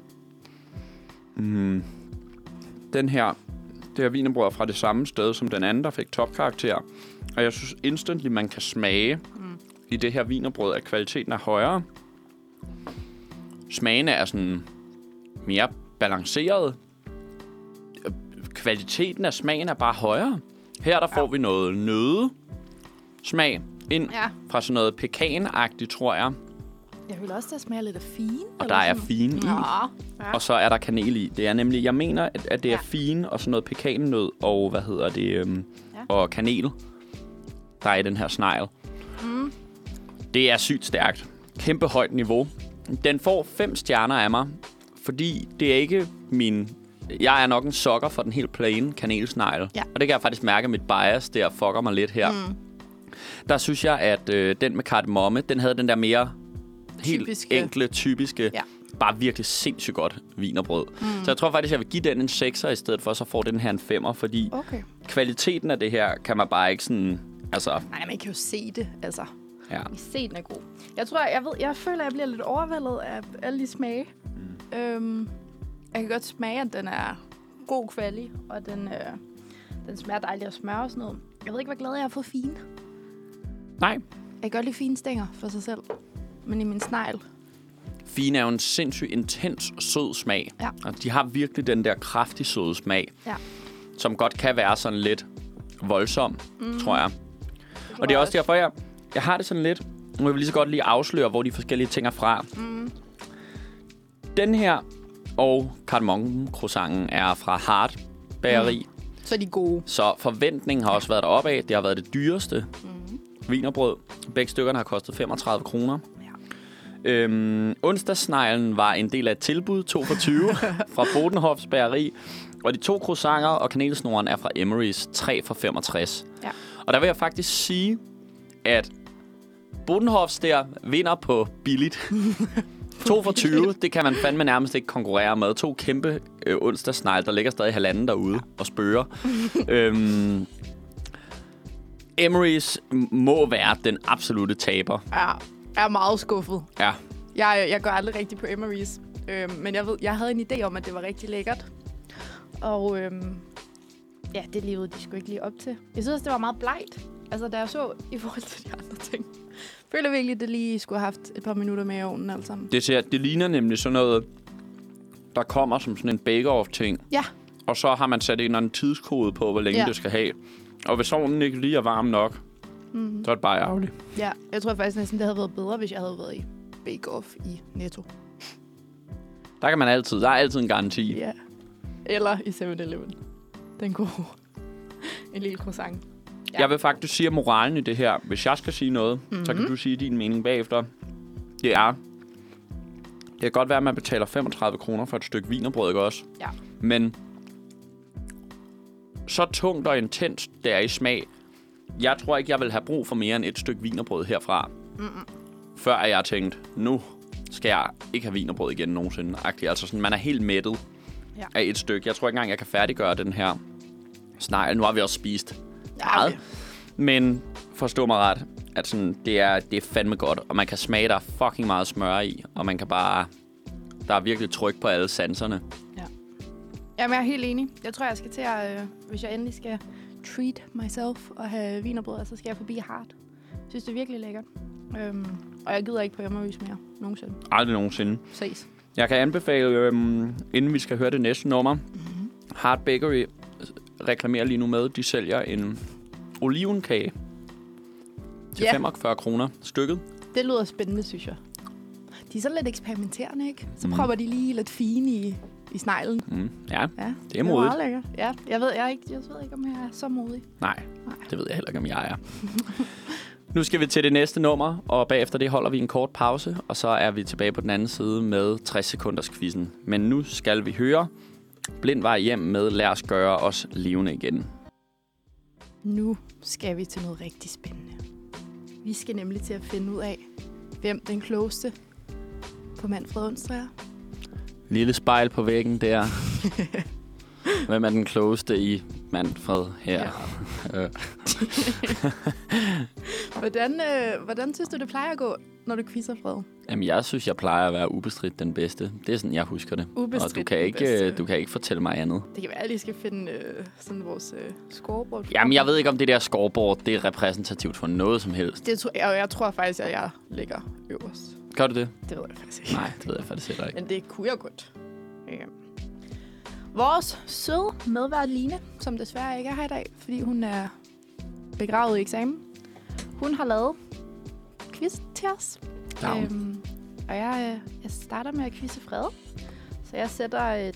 det her wienerbrød er fra det samme sted som den anden, der fik topkarakter. Og jeg synes instantly, man kan smage i det her wienerbrød, at kvaliteten er højere. Smagene er sådan mere balanceret. Kvaliteten af smagen er bare højere. Her der får vi noget nøddesmag ind fra sådan noget pekanagtigt, tror jeg. Jeg vil også, der smager lidt af fine. Og der er fine i. Ja. Og så er der kanel i. Det er nemlig, jeg mener, at det er fine og sådan noget pekannød og, og kanel, der er i den her snegl. Det er sygt stærkt. Kæmpe højt niveau. Den får 5 stjerner af mig, fordi det er ikke jeg er nok en sokker for den helt plain kanelsnegl. Ja. Og det kan jeg faktisk mærke, at mit bias der fucker mig lidt her. Der synes jeg, at den med kardemomme, den havde den der mere helt enkle, typiske, bare virkelig sindssygt godt wienerbrød. Så jeg tror faktisk, jeg vil give den en 6'er i stedet for, så får den her en 5'er, fordi kvaliteten af det her kan man bare ikke sådan... Altså... Nej, man kan jo se det, altså. Ja. I se, den er god. Jeg føler, at jeg bliver lidt overvældet af alle de smage. Jeg kan godt smage, at den er god kvalitet, og den smager dejligt af smør og sådan noget. Jeg ved ikke, hvor glad jeg er for fine. Nej. Jeg kan godt lide fine stænger for sig selv, men i min snegl. Fine er jo en sindssygt intens sød smag. Ja. Og de har virkelig den der kraftig søde smag, som godt kan være sådan lidt voldsom, tror jeg. Og det er også derfor, jeg har det sådan lidt... Nu vil vi lige så godt lige afsløre, hvor de forskellige ting er fra. Den her og kardemommecroissanten er fra Hart Bageri. Så er de gode. Så forventningen har også været deroppe af. Det har været det dyreste wienerbrød. Begge stykkerne har kostet 35 kroner. Ja. Onsdagssneglen var en del af et tilbud, 2 for 20, fra Bodenhofs Bageri. Og de 2 croissanter og kanelsnoren er fra Emery's, 3 for 65. Ja. Og der vil jeg faktisk sige, at Bodenhofs der vinder på billigt. 2 for 20, det kan man fandme nærmest ikke konkurrere med. 2 kæmpe onsdagssnegle, der ligger stadig halvanden derude og spørger. Emery's må være den absolute taber. Ja, jeg er meget skuffet. Ja. Jeg går aldrig rigtig på Emery's. Men jeg havde en idé om, at det var rigtig lækkert. Og ja, det levede de sgu ikke lige op til. Jeg synes, det var meget blegt. Altså, da jeg så i forhold til de andre ting. Jeg føler virkelig, at det lige skulle have haft et par minutter med i ovnen alt sammen. Det ligner nemlig sådan noget, der kommer som sådan en bake-off-ting. Ja. Og så har man sat en eller anden tidskode på, hvor længe det skal have. Og hvis ovnen ikke lige er varm nok, så er det bare ærgerligt. Ja, jeg tror faktisk næsten, det havde været bedre, hvis jeg havde været i bake-off i Netto. Der er altid en garanti. Ja. Eller i 7-Eleven. Den gode. En lille croissant. Ja. Jeg vil faktisk sige, at moralen i det her, hvis jeg skal sige noget, så kan du sige din mening bagefter. Det kan godt være, at man betaler 35 kroner for et stykke wienerbrød, ikke også? Ja. Men så tungt og intenst det er i smag. Jeg tror ikke, jeg vil have brug for mere end et stykke wienerbrød herfra. Før jeg har tænkt, nu skal jeg ikke have wienerbrød igen nogensinde. Altså sådan, man er helt mættet af et stykke. Jeg tror ikke engang, jeg kan færdiggøre den her snegl. Nu har vi også spist meget. Men forstå mig ret, at sådan, det er fandme godt. Og man kan smage, der fucking meget smør i. Og man kan bare... Der er virkelig tryk på alle sanserne. Ja. Jamen, jeg er helt enig. Jeg tror, jeg skal til at... hvis jeg endelig skal treat myself og have wienerbrød, så skal jeg forbi Hart. Jeg synes, det er virkelig lækkert. Og jeg gider ikke på Emery's mere. Nogensinde. Aldrig nogensinde. Ses. Jeg kan anbefale, inden vi skal høre det næste nummer, Hart Bakery reklamerer lige nu med, de sælger en olivenkage til 45 kroner stykket. Det lyder spændende, synes jeg. De er så lidt eksperimenterende, ikke? Så prøver de lige lidt fine i sneglen. Ja, det er modigt. Det er lækkert. Ja, jeg ved ikke, om jeg er så modig. Nej, det ved jeg heller ikke, om jeg er. Nu skal vi til det næste nummer, og bagefter det holder vi en kort pause, og så er vi tilbage på den anden side med 60 sekunders quizzen. Men nu skal vi høre Blind vej hjem med Lad os gøre os levende igen. Nu skal vi til noget rigtig spændende. Vi skal nemlig til at finde ud af, hvem den klogeste på Manfred Onsdag er. Lille spejl på væggen der. Hvem er den klogeste i Manfred her? Ja. Hvordan synes du, det plejer at gå, når du quizzer, Fred? Jamen, jeg synes, jeg plejer at være ubestridt den bedste. Det er sådan, jeg husker det. Og du kan ikke fortælle mig andet. Det kan være, at jeg lige skal finde sådan vores scoreboard. Jamen, jeg ved ikke, om det der scoreboard, det er repræsentativt for noget som helst. Jeg tror faktisk, at jeg ligger øverst. Gør du det? Det ved jeg faktisk ikke. Nej, det ved jeg faktisk heller ikke. Men det kunne jeg godt. Vores søde medvært Line, som desværre ikke er her i dag, fordi hun er begravet i eksamen. Hun har lavet quiz til os. Og jeg starter med at quizze Frede. Så jeg sætter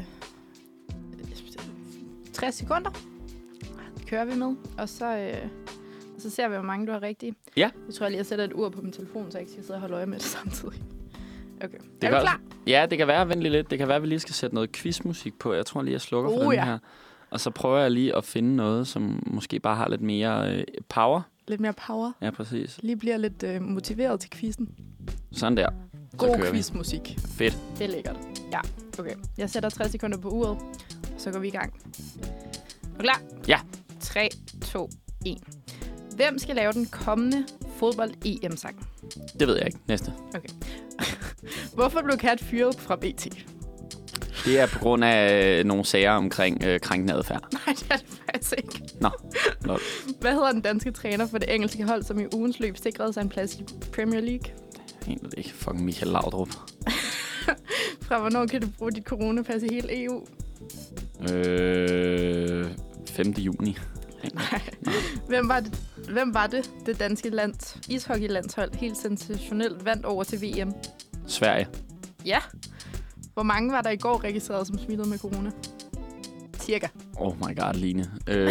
60 sekunder. Det kører vi med. Og så ser vi, hvor mange du har rigtigt. Ja. Jeg tror lige, jeg sætter et ur på min telefon, så jeg ikke skal sidde og holde øje med det samtidig. Okay. Er du klar? Ja, det kan være, vent lidt. Det kan være, at vi lige skal sætte noget quizmusik på. Jeg tror lige, jeg slukker for den her. Og så prøver jeg lige at finde noget, som måske bare har lidt mere power. Lidt mere power? Ja, præcis. Lige bliver lidt motiveret til quizzen. Sådan der. God quizmusik. Fedt. Det er lækkert. Ja, okay. Jeg sætter 60 sekunder på uret, så går vi i gang. Er du klar? Ja. 3, 2, 1. Hvem skal lave den kommende fodbold-EM-sang? Det ved jeg ikke. Næste. Okay. Hvorfor blev Kat fyret fra BT? Det er på grund af nogle sager omkring krænkende adfærd. Nej, det er det faktisk ikke. Nå. Hvad hedder den danske træner for det engelske hold, som i ugens løb sikrede sig en plads i Premier League? Jeg ved ikke. Fucking Michael Laudrup. Fra hvornår kan du bruge dit coronapas i hele EU? 5. juni. Hvem var det danske ishockeylandshold helt sensationelt vandt over til VM? Sverige. Ja. Hvor mange var der i går registreret som smittet med corona? Cirka. Oh my god, Line.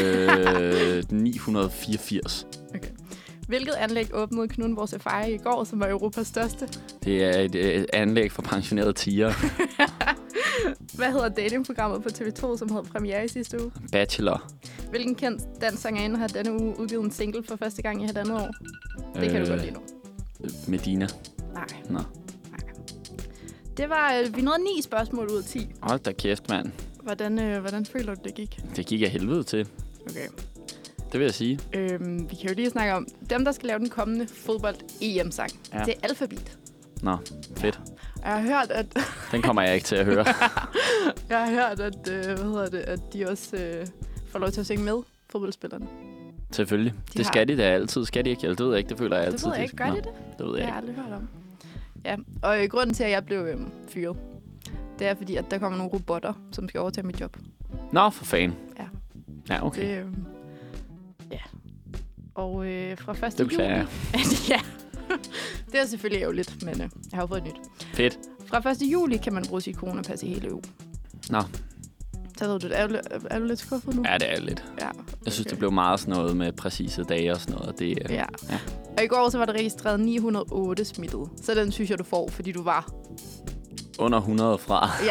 984. Okay. Hvilket anlæg åbnede Knudsenborg Safari i går, som var Europas største? Det er et anlæg for pensionerede tiger. Hvad hedder datingprogrammet på TV2, som havde premiere i sidste uge? Bachelor. Hvilken kendt dansk sangerinde har denne uge udgivet en single for første gang i 1,5 år? Det kan du godt lide nu. Medina. Nej. Nå. Det var, vi nåede 9 spørgsmål ud af 10. Hold da kæft, mand. Hvordan føler du, det gik? Det gik af helvede til. Okay. Det vil jeg sige. Vi kan jo lige snakke om dem, der skal lave den kommende fodbold-EM-sang. Ja. Det er Alphabet. Nå, fedt. Jeg har hørt, at... Den kommer jeg ikke til at høre. Jeg har hørt, at de også får lov til at synge med, fodboldspillerne. Selvfølgelig. Det skal de da altid. Skal de ikke? Det ved jeg ikke. Det føler jeg altid. Det ved jeg ikke. Gør de det? Det ved jeg ikke. Jeg har aldrig hørt om. Ja, og grunden til, at jeg blev fyret, det er fordi, at der kommer nogle robotter, som skal overtage mit job. Nå, for fanden. Ja. Ja, okay. Ja. Og fra 1. Det beklager jeg. Ja. Det er selvfølgelig ærgerligt, men jeg har jo fået et nyt. Fedt. Fra 1. juli kan man bruge sit coronapas i hele EU. Nå. Så ved du, er du lidt skuffet nu? Ja, det er lidt. Ja. Jeg synes, det blev meget sådan noget med præcise dage og sådan noget. Det, ja. Og i går så var der registreret 908 smittede. Så den synes jeg, du får, fordi du var... Under 100 fra. Ja.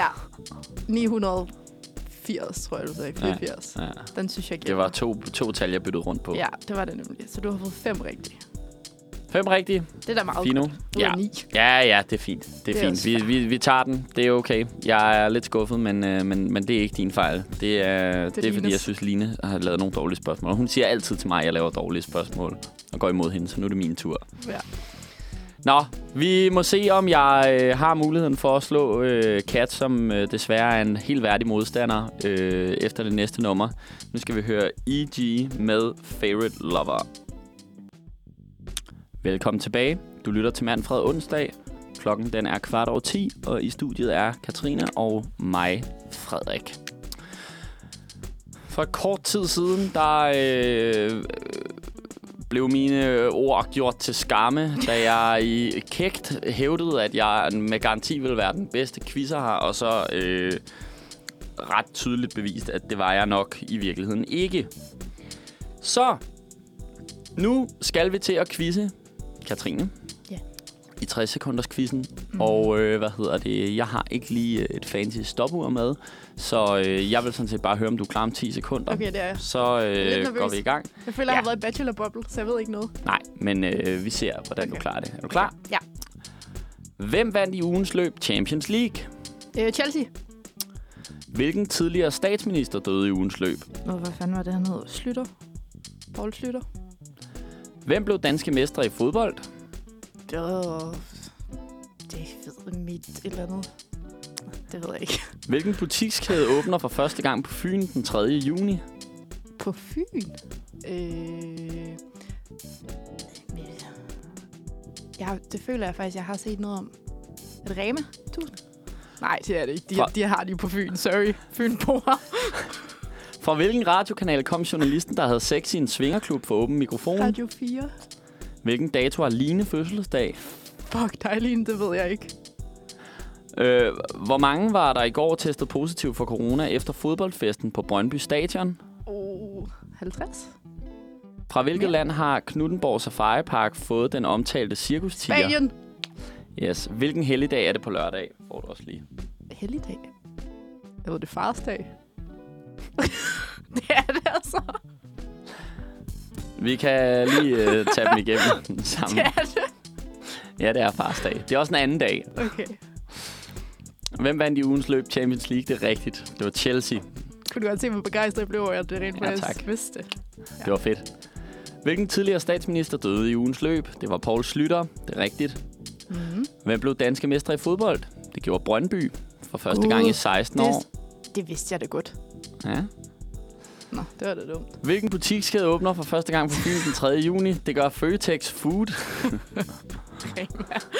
980, tror jeg, du sagde. 84. Ja. Den synes jeg giver. Det var to tal, jeg byttede rundt på. Ja, det var det nemlig. Så du har fået 5 rigtige. 5 rigtige. Det er da meget Fino. godt. Ja. 9. Ja, det er fint. Det er fint. Vi tager den. Det er okay. Jeg er lidt skuffet, men det er ikke din fejl. Det er fordi, jeg synes, Line har lavet nogle dårlige spørgsmål. Hun siger altid til mig, at jeg laver dårlige spørgsmål og går imod hende, så nu er det min tur. Ja. Nå, vi må se, om jeg har muligheden for at slå Kat, som desværre er en helt værdig modstander efter det næste nummer. Nu skal vi høre E.G. med Favorite Lover. Velkommen tilbage. Du lytter til Manfred onsdag. Klokken den er 9:15, og i studiet er Katrine og mig, Frederik. For kort tid siden, der blev mine ord gjort til skamme, da jeg i kægt hævdede, at jeg med garanti ville være den bedste quizzer her, og så ret tydeligt bevist, at det var jeg nok i virkeligheden ikke. Så nu skal vi til at quizze Katrine. Ja. I 60 sekunders quizzen. Og jeg har ikke lige et fancy stopur med, så jeg vil sådan set bare høre, om du er klar om 10 sekunder. Okay, det er jeg. Så går vi i gang. Jeg føler, jeg har været i bachelor-bubble, så jeg ved ikke noget. Nej, men vi ser, hvordan du klarer det. Er du klar? Ja. Hvem vandt i ugens løb Champions League? Chelsea. Hvilken tidligere statsminister døde i ugens løb? Hvad fanden var det, han hed? Schlüter? Poul Schlüter. Hvem blev danske mestre i fodbold? Det ved mit eller andet. Det ved jeg ikke. Hvilken butikskæde åbner for første gang på Fyn den 3. juni? På Fyn? Det føler jeg faktisk, jeg har set noget om. Er det Rema 1000? Nej, det er det ikke. De har de på Fyn. Sorry. Fynboer. Fra hvilken radiokanal kom journalisten, der havde sex i en svingerklub for åben mikrofon? Radio 4. Hvilken dato har Line fødselsdag? Fuck dig, Line. Det ved jeg ikke. Hvor mange var der i går testet positiv for corona efter fodboldfesten på Brøndby Stadion? 50. Fra hvilket land har Knudsenborg Safari Park fået den omtalte cirkustiger? Spanien. Yes. Hvilken helligdag er det på lørdag? Får du også lige. Helligdag? Jeg ved, det er farsdag. Det er det altså. Vi kan lige tage dem igennem sammen. Det er det. Ja, det er farsdag. Det er også en anden dag. Okay. Hvem vandt i ugens løb Champions League? Det er rigtigt. Det var Chelsea. Kunne du godt se, hvor begejstret jeg blev over, at det rent faktisk vidste. Ja. Det var fedt. Hvilken tidligere statsminister døde i ugens løb? Det var Poul Schlüter. Det er rigtigt. Mm-hmm. Hvem blev danske mestre i fodbold? Det gjorde Brøndby for første gang i 16 år. Det vidste jeg da godt. Ja. Nå, det var da dumt. Hvilken butikskæde åbner for første gang på Fyn den 3. juni? Det gør Føtex Food.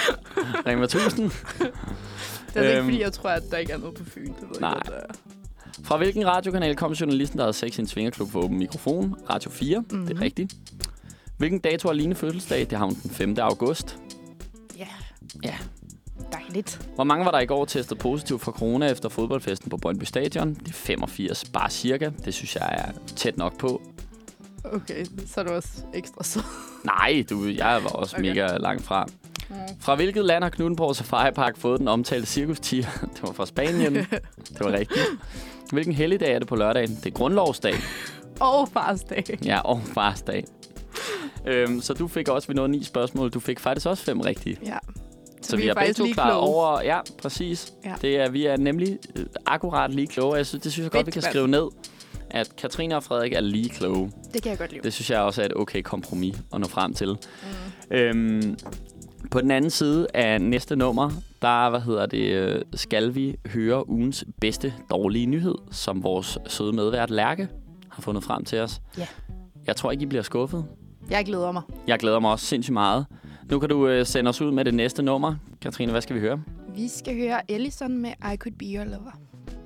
Rema 1000. Det er ikke, fordi jeg tror, at der ikke er noget på Fyn. Det ved nej. Jeg godt, Fra hvilken radiokanal kom journalisten, der havde sex i en svingerklub for åben mikrofon? Radio 4, det er rigtigt. Hvilken dato har Line fødselsdag? Det har hun den 5. august. Ja. Dejligt. Hvor mange var der i går testet positivt for corona efter fodboldfesten på Brøndby Stadion? Det er 85, bare cirka. Det synes jeg er tæt nok på. Okay, så er du også ekstra sød. Nej, jeg var også mega langt fra. Fra hvilket land har Knuthenborg Safari Park fået den omtalte cirkustiger? Det var fra Spanien. Det var rigtigt. Hvilken helligdag er det på lørdagen? Det er grundlovsdag. Og farsdag. Ja, og farsdag. Så du fik også, vi nåede 9 spørgsmål. Du fik faktisk også 5 rigtige. Ja. Så vi er begge to klar over... Ja, præcis. Ja. Vi er nemlig akkurat lige kloge. Det synes jeg godt, vi kan skrive ned. At Katrine og Frederik er lige kloge. Det kan jeg godt lide. Det synes jeg også er et okay kompromis at nå frem til. På den anden side af næste nummer, der skal vi høre ugens bedste dårlige nyhed, som vores søde medvært Lærke har fundet frem til os. Ja. Jeg tror ikke, I bliver skuffet. Jeg glæder mig. Jeg glæder mig også sindssygt meget. Nu kan du sende os ud med det næste nummer. Katrine, hvad skal vi høre? Vi skal høre Ellison med I Could Be Your Lover.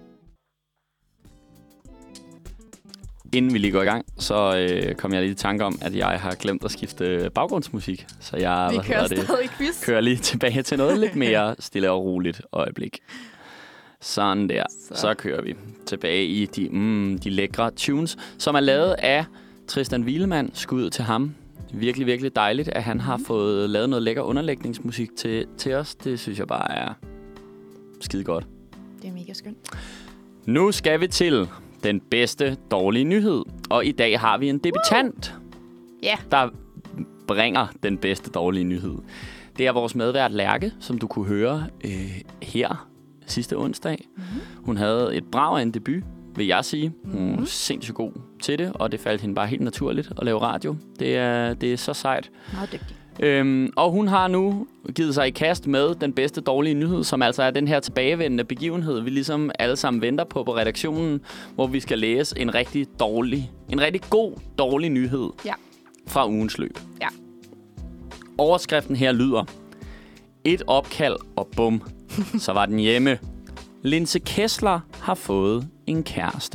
Inden vi lige går i gang, så kom jeg lige i tanke om, at jeg har glemt at skifte baggrundsmusik. Så jeg kører lige tilbage til noget lidt mere stille og roligt øjeblik. Sådan der. Så kører vi tilbage i de lækre tunes, som er lavet af Tristan Wielemand. Skud til ham. Virkelig, virkelig dejligt, at han har fået lavet noget lækker underlægningsmusik til os. Det synes jeg bare er skide godt. Det er mega skønt. Nu skal vi til den bedste dårlige nyhed. Og i dag har vi en debutant, der bringer den bedste dårlige nyhed. Det er vores medvært Lærke, som du kunne høre her sidste onsdag. Hun havde et brag af en debut, vil jeg sige. Hun er sindssygt god til det, og det faldt hende bare helt naturligt at lave radio. Det er så sejt. Meget dygtig. Og hun har nu givet sig i kast med den bedste dårlige nyhed, som altså er den her tilbagevendende begivenhed, vi ligesom alle sammen venter på redaktionen, hvor vi skal læse en rigtig god dårlig nyhed fra ugens løb. Ja. Overskriften her lyder: et opkald og bum, så var den hjemme. Linse Kessler har fået en kæreste.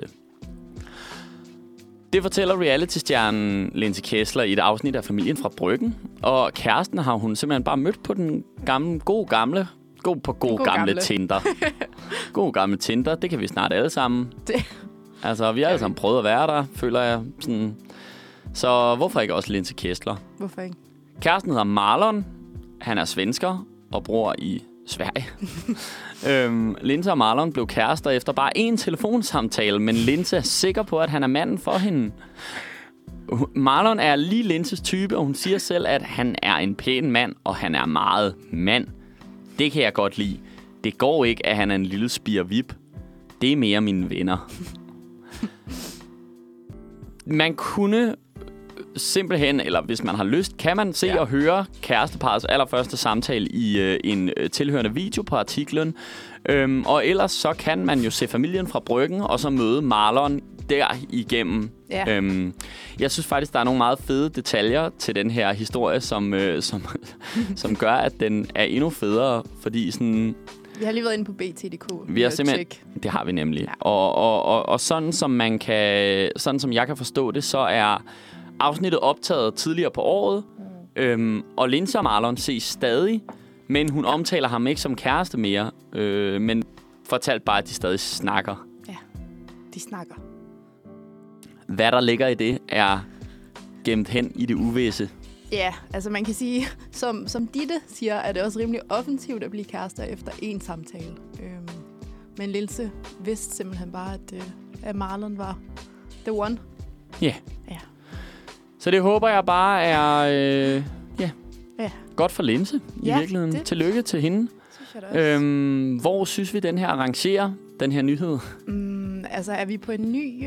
Det fortæller reality-stjernen Linse Kessler i et afsnit af Familien fra Bryggen. Og kæresten har hun simpelthen bare mødt på den gode gamle Tinder. God gamle Tinder, det kan vi snart alle sammen. Altså, vi har alle sammen prøvet at være der, føler jeg. Sådan. Så hvorfor ikke også Linse Kessler? Hvorfor ikke? Kæresten hedder Marlon. Han er svensker og bor i Sverige. Linse og Marlon blev kærester efter bare én telefonsamtale, men Linse er sikker på, at han er manden for hende. Marlon er lige Linses type, og hun siger selv, at han er en pæn mand, og han er meget mand. Det kan jeg godt lide. Det går ikke, at han er en lille spirvip. Det er mere mine venner. Man kunne simpelthen, eller hvis man har lyst, kan man se og høre kæresteparets allerførste samtale i en tilhørende video på artiklen. Og ellers så kan man jo se Familien fra Bryggen, og så møde Marlon der igennem. Ja. Jeg synes faktisk, der er nogle meget fede detaljer til den her historie, som gør, at den er endnu federe, fordi sådan... Vi har lige været inde på BT.dk. Vi har simpelthen, det har vi nemlig. Ja. Og sådan som jeg kan forstå det, så er afsnittet optaget tidligere på året, og Linse og Marlon ses stadig, men hun omtaler ham ikke som kæreste mere, men fortalt bare, at de stadig snakker. Ja, de snakker. Hvad der ligger i det, er gemt hen i det uvisse. Ja, altså man kan sige, som Ditte siger, er det også rimelig offensivt at blive kærester efter én samtale. Men Linse vidste simpelthen bare, at Marlon var the one. Yeah. Ja. Så det håber jeg bare er godt for Linse i virkeligheden. Det. Tillykke til hende. Hvor synes vi, den her rangerer, den her nyhed? Altså, er vi på en ny...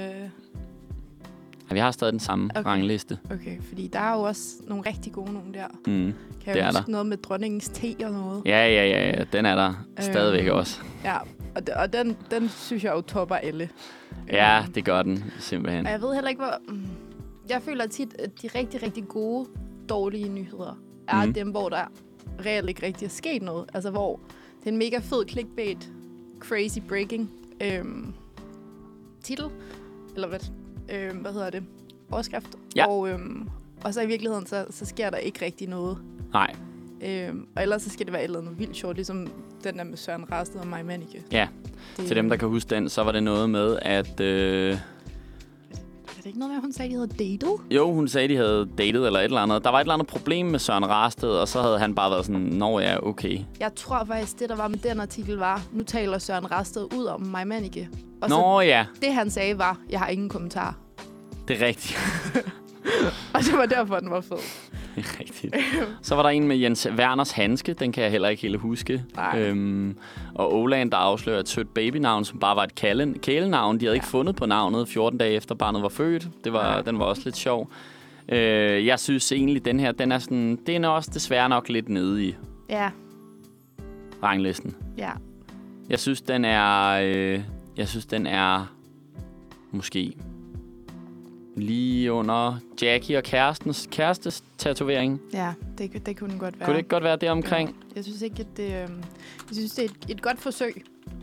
Ja, vi har stadig den samme rangliste. Okay, fordi der er jo også nogle rigtig gode nogen der. Kan jeg huske noget med dronningens te og noget? Ja, den er der stadigvæk også. Ja, og den synes jeg jo topper alle. Ja, det gør den simpelthen. Og jeg ved heller ikke, hvor... Jeg føler tit, at de rigtig, rigtig gode, dårlige nyheder er dem, hvor der reelt ikke rigtig er sket noget. Altså, hvor det er en mega fed clickbait, crazy breaking. titel, eller hvad hedder det, overskrift. Ja. Og så i virkeligheden, så sker der ikke rigtig noget. Nej. Og ellers så skal det være et eller andet vildt sjovt, ligesom den der med Søren Rasted og Maja Mannicke. Ja, til dem, der kan huske den, så var det noget med, at... Er det ikke noget med, at hun sagde, de havde datet? Jo, hun sagde, de havde datet eller et eller andet. Der var et eller andet problem med Søren Rasted, og så havde han bare været sådan, nå ja, okay. Jeg tror faktisk, det der var med den artikel var, nu taler Søren Rasted ud om Maja Mannicke. Og Nå ja. Det han sagde var, jeg har ingen kommentar. Det er rigtigt. Og det var derfor, den var fed. Det er rigtigt. Så var der en med Jens Werners handske, den kan jeg heller ikke helt huske. Og Åland, der afslører et sødt babynavn, som bare var et kælenavn. De havde ikke fundet på navnet 14 dage efter barnet var født. Den var også lidt sjov. Jeg synes egentlig, den her, den er også desværre nok lidt nede i ranglisten. Ja. Jeg synes, den er måske lige under Jackie og kærestes tatovering. Ja, det kunne den godt være. Kunne det ikke godt være det omkring? Ja, jeg synes ikke, at det... Jeg synes, det er et godt forsøg.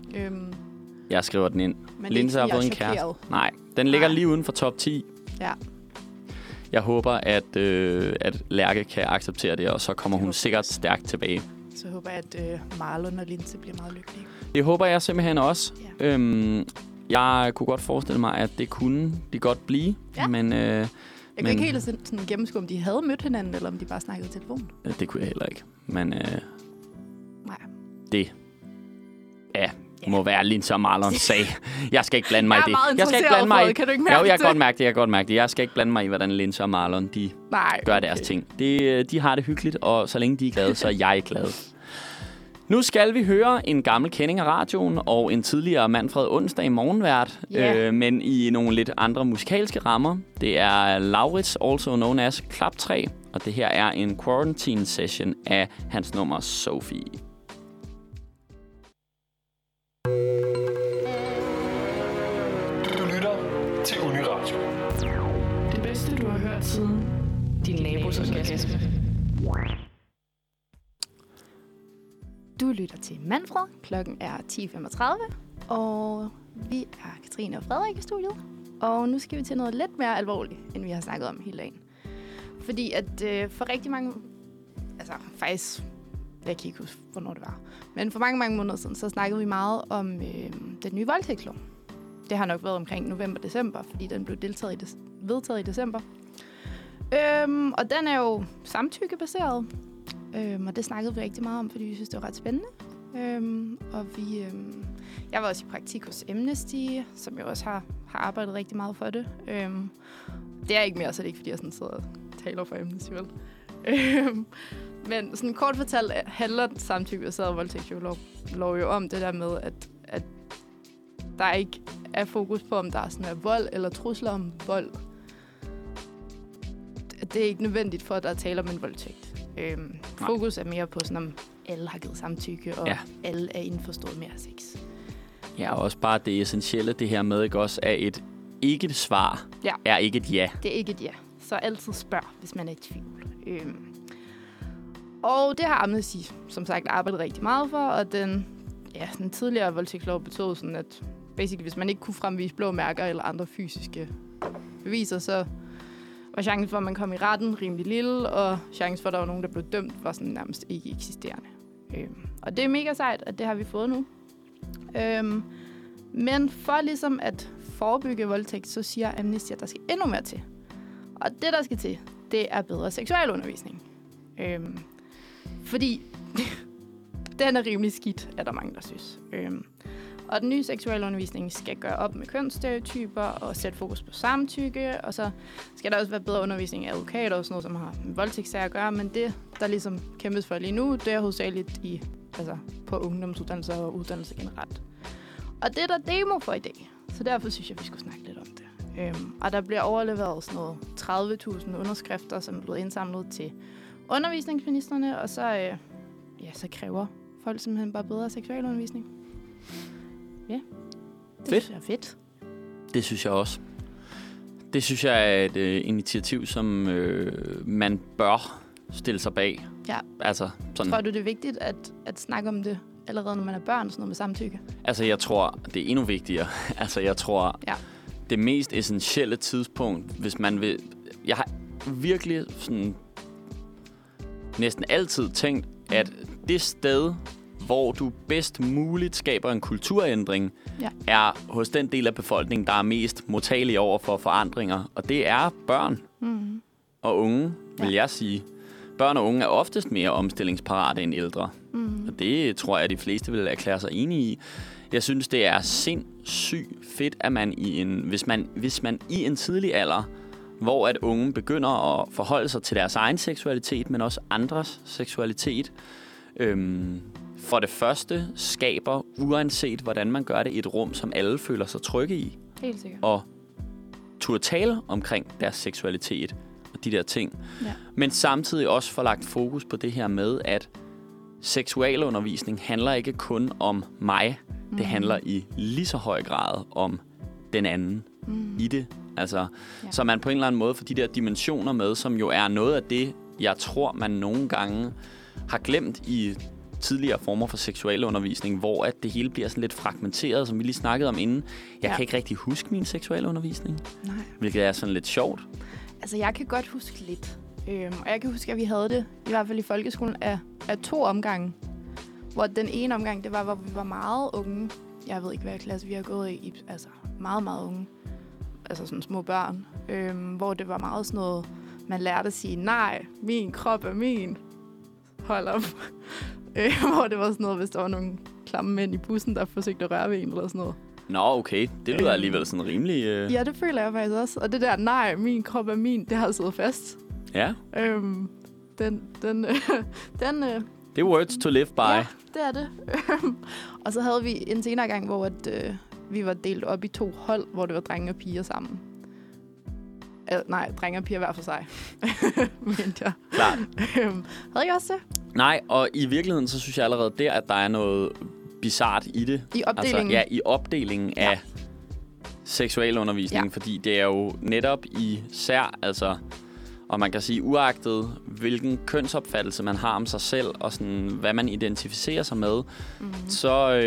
Jeg skriver den ind. Linse har fået en kæreste. Nej, den ligger lige uden for top 10. Ja. Jeg håber, at Lærke kan acceptere det, og så kommer hun sikkert stærkt tilbage. Så håber jeg, at Marlon og Linse bliver meget lykkelige. Det håber jeg simpelthen også. Ja. Jeg kunne godt forestille mig, at det kunne de godt blive. Ja. Men, jeg kan ikke helt sådan gennemskue, om de havde mødt hinanden, eller om de bare snakkede i telefon. Det kunne jeg heller ikke. Men nej. Det må være Linse og Marlons sag. Jeg skal ikke blande mig i det. Jeg skal ikke blande mig i det. Kan du ikke mærke det? Jeg kan godt mærke det. Jeg skal ikke blande mig i, hvordan Linse og Marlon gør deres ting. De har det hyggeligt, og så længe de er glade, så er jeg glad. Nu skal vi høre en gammel kending af radioen og en tidligere Manfred Onsdag morgenvært, men i nogle lidt andre musikalske rammer. Det er Laurits, also known as Klaptræ, og det her er en quarantine session af hans nummer Sophie. Du lytter til Uniradio. Det bedste, du har hørt siden din nabos orgasme. Du lytter til Manfred. Klokken er 10.35, og vi er Katrine og Frederik i studiet. Og nu skal vi til noget lidt mere alvorligt, end vi har snakket om hele dagen. Fordi at for rigtig mange... Altså faktisk... Jeg kan ikke huske, hvornår det var. Men for mange måneder siden, så snakkede vi meget om den nye voldtægtslov. Det har nok været omkring november-december, fordi den blev vedtaget i december. Og den er jo samtykkebaseret. Og det snakkede vi rigtig meget om, fordi vi synes, det var ret spændende. Jeg var også i praktik hos Amnesty, som jeg også har arbejdet rigtig meget for det. Det er ikke mere, så det er ikke, fordi jeg sådan sidder og taler for Amnesty, vel? Men sådan kort fortalt handler samtykkebaseret voldtægtslov jo om det der med, at der ikke er fokus på, om der er sådan vold eller trusler om vold. Det er ikke nødvendigt for, at der er tale om en voldtægt. Fokus er mere på sådan, om alle har givet samtykke, og alle er indforstået med sex. Ja, og også bare det essentielle, det her med ikke også, er et ikke-svar, er ikke et ja. Det er ikke et ja. Så altid spørg, hvis man er i tvivl. Og det har Amnesty, som sagt, arbejdet rigtig meget for, og den tidligere voldtægtslov betød sådan, at basically, hvis man ikke kunne fremvise blå mærker eller andre fysiske beviser, så var chancen for, at man kom i retten rimelig lille, og chancen for, at der var nogen, der blev dømt, var sådan nærmest ikke eksisterende. Og det er mega sejt, at det har vi fået nu. Men for ligesom at forebygge voldtægt, så siger Amnesty, at der skal endnu mere til. Og det, der skal til, det er bedre seksualundervisning. Fordi den er rimelig skidt, er der mange, der synes. Og den nye seksualundervisning skal gøre op med kønsstereotyper og sætte fokus på samtykke, og så skal der også være bedre undervisning af advokater og sådan noget, som har med voldtægtssager at gøre, men det, der ligesom kæmpes for lige nu, det er hovedsageligt på ungdomsuddannelser og uddannelser generelt. Og det er der demo for i dag, så derfor synes jeg, vi skulle snakke lidt om det. Og der bliver overleveret sådan noget 30.000 underskrifter, som er blevet indsamlet til undervisningsministerne, og så kræver folk simpelthen bare bedre seksualundervisning. Ja, det synes jeg er fedt. Det synes jeg også. Det synes jeg er et initiativ, som man bør stille sig bag. Ja. Altså, sådan. Tror du, det er vigtigt at snakke om det allerede, når man er børn, sådan noget med samtykke? Altså, jeg tror, det er endnu vigtigere. Altså, jeg tror, det mest essentielle tidspunkt, hvis man vil... Jeg har virkelig sådan næsten altid tænkt, at det sted, hvor du bedst muligt skaber en kulturændring, er hos den del af befolkningen, der er mest modtagelig over for forandringer. Og det er børn og unge, vil jeg sige. Børn og unge er oftest mere omstillingsparate end ældre. Og det tror jeg, de fleste vil erklære sig enige i. Jeg synes, det er sindssygt fedt, at man hvis man i en tidlig alder, hvor at unge begynder at forholde sig til deres egen seksualitet, men også andres seksualitet, for det første skaber, uanset hvordan man gør det, et rum, som alle føler sig trygge i. Helt sikkert. Og turde tale omkring deres seksualitet og de der ting. Ja. Men samtidig også får lagt fokus på det her med, at seksualundervisning handler ikke kun om mig. Det handler i lige så høj grad om den anden i det. Altså, så man på en eller anden måde får de der dimensioner med, som jo er noget af det, jeg tror, man nogle gange har glemt i tidligere former for seksualundervisning, hvor at det hele bliver sådan lidt fragmenteret, som vi lige snakkede om inden. Jeg kan ikke rigtig huske min seksualundervisning, hvilket er sådan lidt sjovt. Altså, jeg kan godt huske lidt. Og jeg kan huske, at vi havde det, i hvert fald i folkeskolen, af 2 omgange. Hvor den ene omgang, det var, hvor vi var meget unge. Jeg ved ikke, hvad klasse vi har gået i. Altså, meget, meget unge. Altså sådan små børn. Hvor det var meget sådan noget, man lærte at sige, nej, min krop er min. Hold op. Hvor det var sådan noget, hvis der var nogle klamme mænd i bussen, der forsøgte at røre ved en eller sådan noget. Nå, okay. Det lyder alligevel sådan rimelig... Ja, det føler jeg faktisk også. Og det der, nej, min krop er min, det har siddet fast. Ja. Den det er words to live by. Ja, det er det. Og så havde vi en senere gang, hvor vi var delt op i 2 hold, hvor det var drenge og piger sammen. Nej, drenge og piger hver for sig. Mente jeg. Klart. Havde I også det? Nej, og i virkeligheden, så synes jeg allerede der, at der er noget bizart i det. I opdelingen? Altså, i opdelingen af seksualundervisning, fordi det er jo netop især, altså, og man kan sige, uagtet hvilken kønsopfattelse man har om sig selv, og sådan, hvad man identificerer sig med, så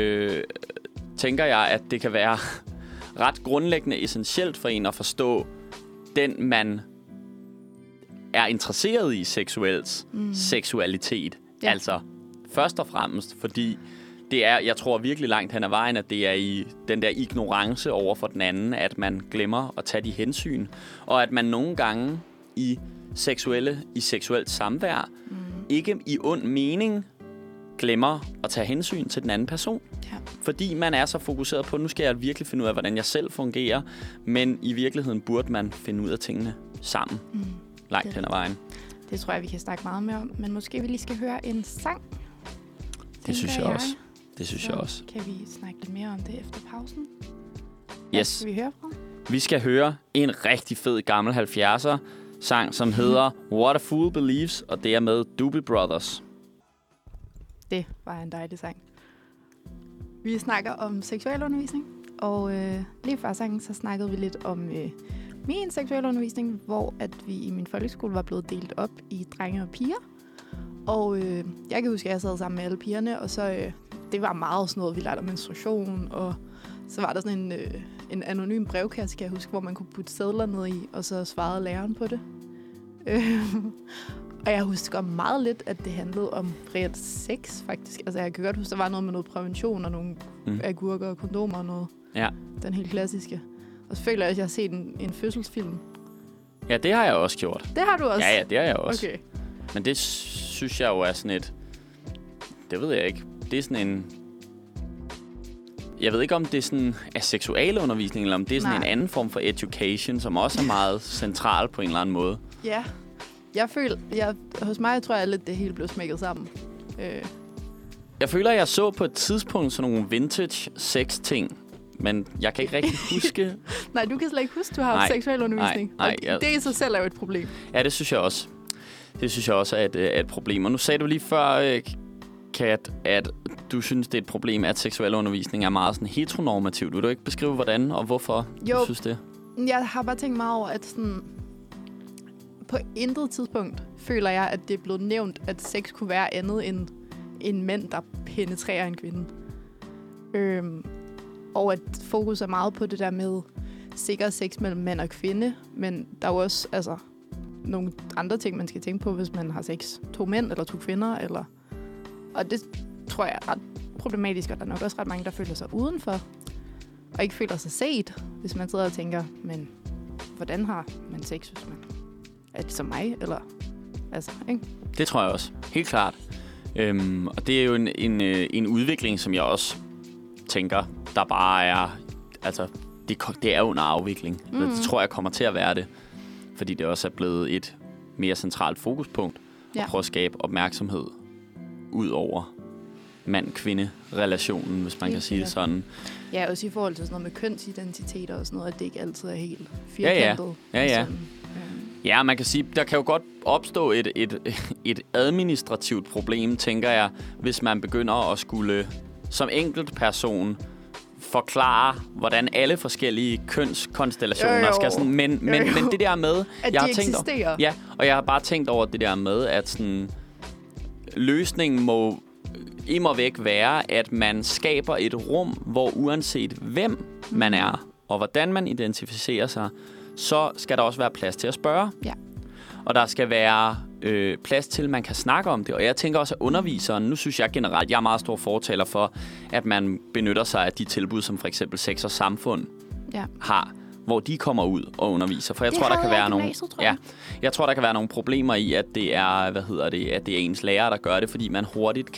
tænker jeg, at det kan være ret grundlæggende essentielt for en at forstå den, man er interesseret i seksualitet. Ja. Altså, først og fremmest, fordi det er, jeg tror virkelig langt hen ad vejen, at det er i den der ignorance over for den anden, at man glemmer at tage de hensyn, og at man nogle gange i seksuelt samvær ikke i ond mening glemmer at tage hensyn til den anden person. Ja. Fordi man er så fokuseret på, nu skal jeg virkelig finde ud af, hvordan jeg selv fungerer, men i virkeligheden burde man finde ud af tingene sammen langt hen ad vejen. Det tror jeg, vi kan snakke meget mere om, men måske vi lige skal høre en sang. Det synes jeg også. Det synes jeg også. Kan vi snakke lidt mere om det efter pausen? Yes. Skal vi høre fra? Vi skal høre en rigtig fed gammel 70'er sang, som hedder What a Fool Believes, og det er med Doobie Brothers. Det var en dejlig sang. Vi snakker om seksualundervisning, og lige før sangen, så snakkede vi lidt om min seksualundervisning, hvor at vi i min folkeskole var blevet delt op i drenge og piger. Og jeg kan huske, at jeg sad sammen med alle pigerne, og så det var meget sådan noget, vi lærte om menstruation, og så var der sådan en anonym brevkasse, kan jeg huske, hvor man kunne putte sedler ned i, og så svarede læreren på det. Og jeg husker meget lidt, at det handlede om reelt sex, faktisk. Altså, jeg kan godt huske, der var noget med noget prævention og nogle agurker og kondomer og noget. Ja. Den helt klassiske. Og så føler jeg, at jeg har set en fødselsfilm. Ja, det har jeg også gjort. Det har du også? Ja, det har jeg også. Okay. Men det synes jeg jo er sådan et... Det ved jeg ikke. Det er sådan en... Jeg ved ikke, om det er sådan er seksualundervisning, eller om det er sådan en anden form for education, som også er meget central på en eller anden måde. Ja. Jeg føler... hos mig tror jeg lidt, det hele blev smækket sammen. Jeg føler, jeg så på et tidspunkt sådan nogle vintage sex-ting, men jeg kan ikke rigtig huske... Nej, du kan slet ikke huske, du har haft seksualundervisning. Nej, det i sig selv er jo et problem. Ja, det synes jeg også. Det synes jeg også er et problem. Og nu sagde du lige før, Kat, at du synes, det er et problem, at seksualundervisning er meget sådan heteronormativt. Vil du ikke beskrive, hvordan og hvorfor du synes det? Jeg har bare tænkt meget over, at sådan, på intet tidspunkt føler jeg, at det er blevet nævnt, at sex kunne være andet end en mand, der penetrerer en kvinde. Og at fokus er meget på det der med sikker sex mellem mand og kvinde, men der er jo også altså, nogle andre ting, man skal tænke på, hvis man har sex 2 mænd eller 2 kvinder. Eller... Og det tror jeg er ret problematisk, og der er nok også ret mange, der føler sig udenfor, og ikke føler sig set, hvis man sidder og tænker, men hvordan har man sex, hvis man er det som mig, eller altså, ikke? Det tror jeg også, helt klart. Og det er jo en udvikling, som jeg også tænker, der bare er, altså, det er under afvikling. Det tror jeg kommer til at være det, fordi det også er blevet et mere centralt fokuspunkt, at prøve at skabe opmærksomhed ud over mand-kvinde-relationen, hvis man kan sige det sådan. Ja, også i forhold til sådan noget med kønsidentiteter og sådan noget, at det ikke altid er helt firkantet. Ja. Ja, man kan sige, der kan jo godt opstå et administrativt problem, tænker jeg, hvis man begynder at skulle som enkelt person forklare, hvordan alle forskellige kønskonstellationer skal sådan... Men det der med... At jeg de har tænkt eksisterer. over, og jeg har bare tænkt over det der med, at sådan, løsningen må immer væk være, at man skaber et rum, hvor uanset hvem man er, og hvordan man identificerer sig, så skal der også være plads til at spørge. Ja. Og der skal være plads til, at man kan snakke om det. Og jeg tænker også, at underviseren, nu synes jeg generelt, jeg er meget stor fortaler for, at man benytter sig af de tilbud, som for eksempel Sex og Samfund har, hvor de kommer ud og underviser. For jeg tror, der kan være nogle... jeg tror, der kan være nogle problemer i, at det er, at det er ens lærer, der gør det, fordi man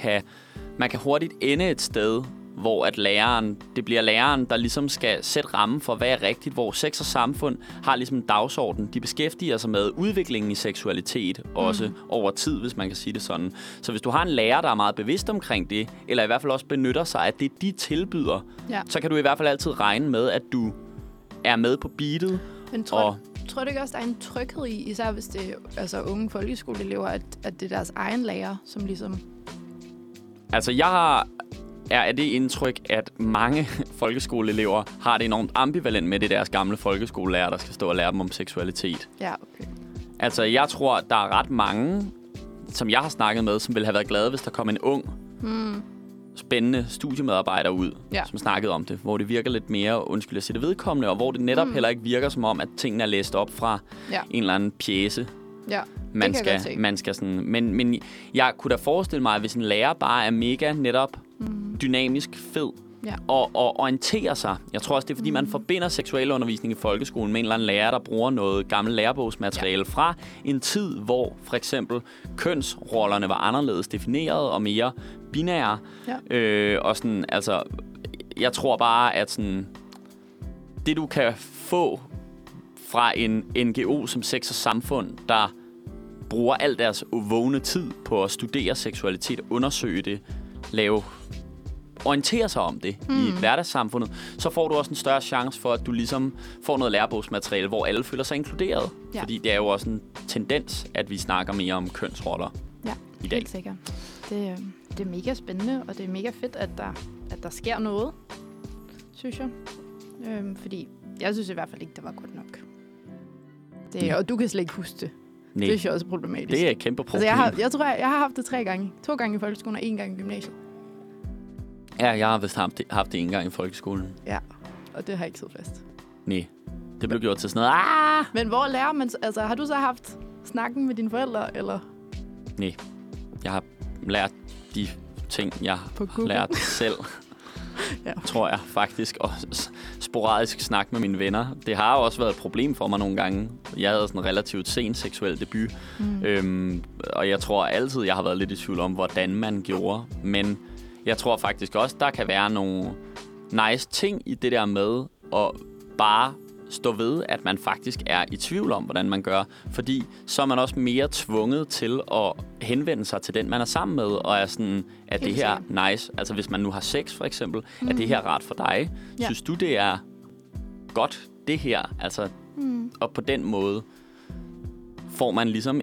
kan hurtigt ende et sted, hvor at det bliver læreren, der ligesom skal sætte rammen for, hvad er rigtigt, hvor Sex og Samfund har ligesom en dagsorden. De beskæftiger sig med udviklingen i seksualitet, også over tid, hvis man kan sige det sådan. Så hvis du har en lærer, der er meget bevidst omkring det, eller i hvert fald også benytter sig af det, de tilbyder, så kan du i hvert fald altid regne med, at du er med på beatet. Men tror du ikke også, der er en tryghed i, især hvis det er unge folkeskoleelever, at det er deres egen lærer, som ligesom... Altså, jeg er det indtryk, at mange folkeskoleelever har det enormt ambivalent med det deres gamle folkeskolelærer, der skal stå og lære dem om seksualitet. Ja, okay. Altså, jeg tror, der er ret mange, som jeg har snakket med, som ville have været glade, hvis der kom en ung, spændende studiemedarbejder ud, som snakkede om det, hvor det virker lidt mere, undskyld at sige det, vedkommende, og hvor det netop heller ikke virker som om, at tingene er læst op fra en eller anden pjece. Ja, man skal sådan, men jeg kunne da forestille mig, at hvis en lærer bare er mega netop dynamisk fed og orienterer sig. Jeg tror også, det er, fordi man forbinder seksualundervisning i folkeskolen med en eller anden lærer, der bruger noget gammelt lærebogsmateriale fra en tid, hvor for eksempel kønsrollerne var anderledes defineret og mere binære. Og sådan, altså, jeg tror bare, at sådan, det du kan få fra en NGO som Sex og Samfund, der bruger al deres vågne tid på at studere seksualitet, undersøge det, orientere sig om det i hverdagssamfundet, så får du også en større chance for, at du ligesom får noget lærebogsmateriale, hvor alle føler sig inkluderet. Ja. Fordi det er jo også en tendens, at vi snakker mere om kønsroller i dag. Helt sikkert. Det er mega spændende, og det er mega fedt, at der sker noget, synes jeg. Fordi jeg synes i hvert fald ikke, det var godt nok. Og du kan slet ikke huske det. Nej. Det synes jeg også er problematisk. Det er et kæmpe problem. Altså, jeg tror, jeg har haft det 3 gange. 2 gange i folkeskolen og 1 gang i gymnasiet. Ja, jeg har vist haft det 1 gang i folkeskolen. Ja, og det har ikke siddet fast. Nej, det blev gjort til sådan noget. Men hvor lærer man... Altså, har du så haft snakken med dine forældre, eller? Nej, jeg har lært de ting, jeg har lært selv. Tror jeg faktisk. Og sporadisk snak med mine venner. Det har også været et problem for mig nogle gange. Jeg havde sådan en relativt sen seksuel debut. Og jeg tror altid, jeg har været lidt i tvivl om, hvordan man gjorde. Men jeg tror faktisk også, der kan være nogle nice ting i det der med at bare stå ved, at man faktisk er i tvivl om, hvordan man gør. Fordi så er man også mere tvunget til at henvende sig til den, man er sammen med, og er sådan, at det her nice. Altså hvis man nu har sex for eksempel, er det her rart for dig? Ja. Synes du, det er godt, det her? Altså, og på den måde får man ligesom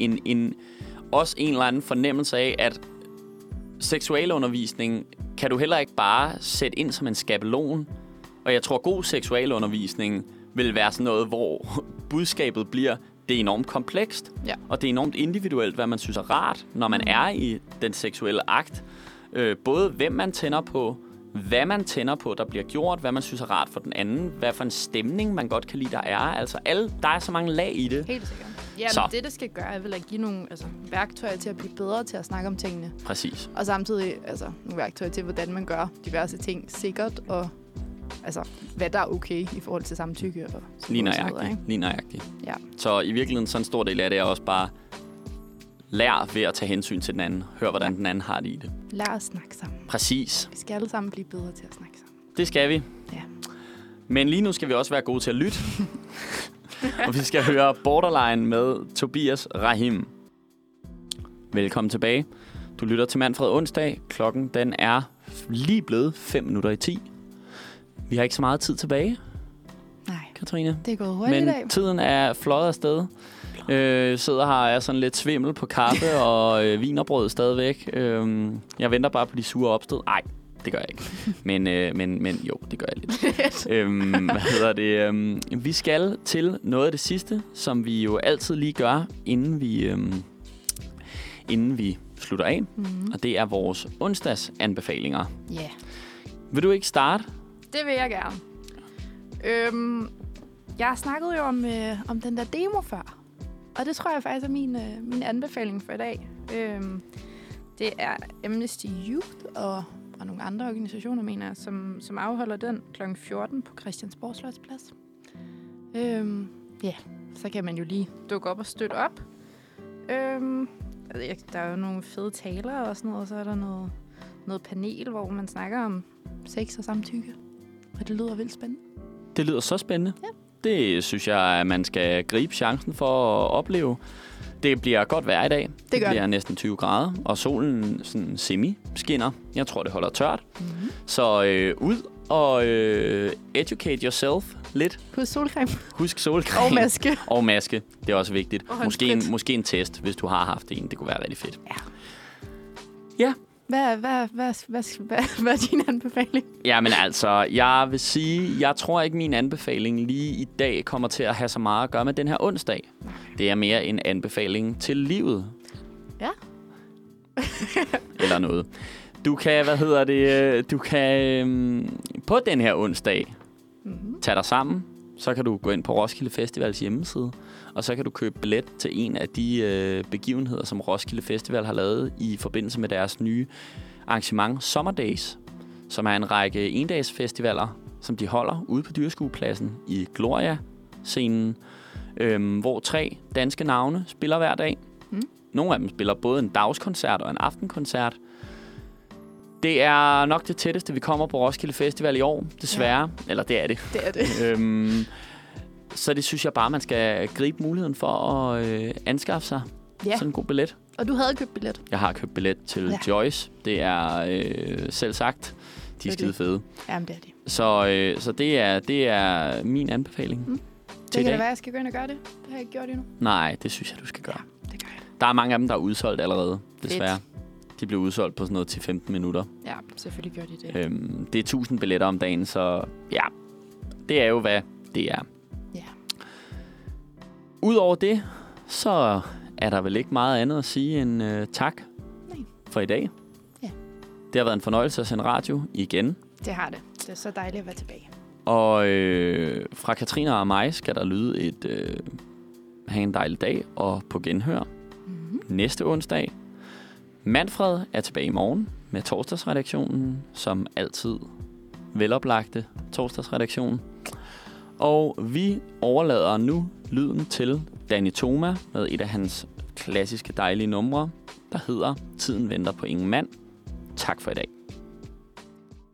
også en eller anden fornemmelse af, at seksualundervisning kan du heller ikke bare sætte ind som en skabelon. Og jeg tror, god seksualundervisning vil være sådan noget, hvor budskabet bliver, det er enormt komplekst, og det er enormt individuelt, hvad man synes er rart, når man er i den seksuelle akt. Både hvem man tænder på, hvad man tænder på, der bliver gjort, hvad man synes er rart for den anden, hvad for en stemning, man godt kan lide, der er. Altså, der er så mange lag i det. Helt sikkert. Ja, men det skal gøre, er vel at give nogle værktøjer til at blive bedre til at snakke om tingene. Præcis. Og samtidig nogle værktøjer til, hvordan man gør diverse ting sikkert, og hvad der er okay i forhold til samtykke. Og Lige nøjagtigt. Ja. Så i virkeligheden, så en stor del af det er også bare, lær ved at tage hensyn til den anden. Hør, hvordan den anden har det i det. Lær at snakke sammen. Præcis. Vi skal alle sammen blive bedre til at snakke sammen. Det skal vi. Ja. Men lige nu skal vi også være gode til at lytte. Og vi skal høre Borderline med Tobias Rahim. Velkommen tilbage. Du lytter til Manfred Onsdag. Klokken den er lige blevet 5:05. Vi har ikke så meget tid tilbage. Nej, Katrine. det er gået hurtigt i dag. Men tiden er fløjet afsted. Sidder her og er sådan lidt svimmel på kaffe og wienerbrød stadigvæk. Jeg venter bare på de sure opstød. Nej, det gør jeg ikke. Men jo, det gør jeg lidt. Vi skal til noget af det sidste, som vi jo altid lige gør, inden vi slutter af. Mm-hmm. Og det er vores onsdagsanbefalinger. Ja. Yeah. Vil du ikke starte? Det vil jeg gerne. Jeg snakkede jo om den der demo før. Og det tror jeg faktisk er min anbefaling for i dag. Det er Amnesty Youth og nogle andre organisationer, mener jeg, som afholder den kl. 14 på Christiansborg Slotsplads. Så kan man jo lige dukke op og støtte op. Der er jo nogle fede taler og sådan noget, og så er der noget panel, hvor man snakker om sex og samtykke. Og det lyder vildt spændende. Det lyder så spændende. Ja. Det synes jeg, at man skal gribe chancen for at opleve. Det bliver godt vejr i dag. Det bliver næsten 20 grader, og solen sådan semi-skinner. Jeg tror, det holder tørt. Mm-hmm. Så ud og educate yourself lidt. Husk solcreme. Og maske. Og maske. Det er også vigtigt. Måske en test, hvis du har haft en. Det kunne være rigtig fedt. Ja. Hvad er din anbefaling? Jamen altså, jeg vil sige, jeg tror ikke, min anbefaling lige i dag kommer til at have så meget at gøre med den her onsdag. Det er mere en anbefaling til livet. Ja. Eller noget. Du kan, på den her onsdag tage dig sammen. Så kan du gå ind på Roskilde Festivals hjemmeside, og så kan du købe billet til en af de begivenheder, som Roskilde Festival har lavet i forbindelse med deres nye arrangement Summer Days, som er en række endagsfestivaler, som de holder ude på Dyreskuepladsen i Gloria-scenen, hvor 3 danske navne spiller hver dag. Nogle af dem spiller både en dagskoncert og en aftenkoncert. Det er nok det tætteste, vi kommer på Roskilde Festival i år, desværre. Ja. Eller det er det. Det er det. Så det synes jeg bare, man skal gribe muligheden for at anskaffe sig sådan en god billet. Og du havde købt billet? Jeg har købt billet til Joyce. Det er selv sagt. De er skide fede. Jamen, det er de. Så det er min anbefaling. Det kan det være, jeg skal gå ind og gøre det. Det har jeg ikke gjort endnu. Nej, det synes jeg, du skal gøre. Ja, det gør jeg. Der er mange af dem, der er udsolgt allerede, desværre. Fedt. De blev udsolgt på sådan noget til 15 minutter. Ja, selvfølgelig gør de det. Det er 1000 billetter om dagen, så ja, det er jo, hvad det er. Ja. Udover det, så er der vel ikke meget andet at sige end tak for i dag. Ja. Det har været en fornøjelse at sende radio igen. Det har det. Det er så dejligt at være tilbage. Og fra Katrine og mig skal der lyde et have en dejlig dag og på genhør næste onsdag. Manfred er tilbage i morgen med torsdagsredaktionen, som altid veloplagte torsdagsredaktionen. Og vi overlader nu lyden til Danny Thoma med et af hans klassiske dejlige numre, der hedder Tiden venter på ingen mand. Tak for i dag.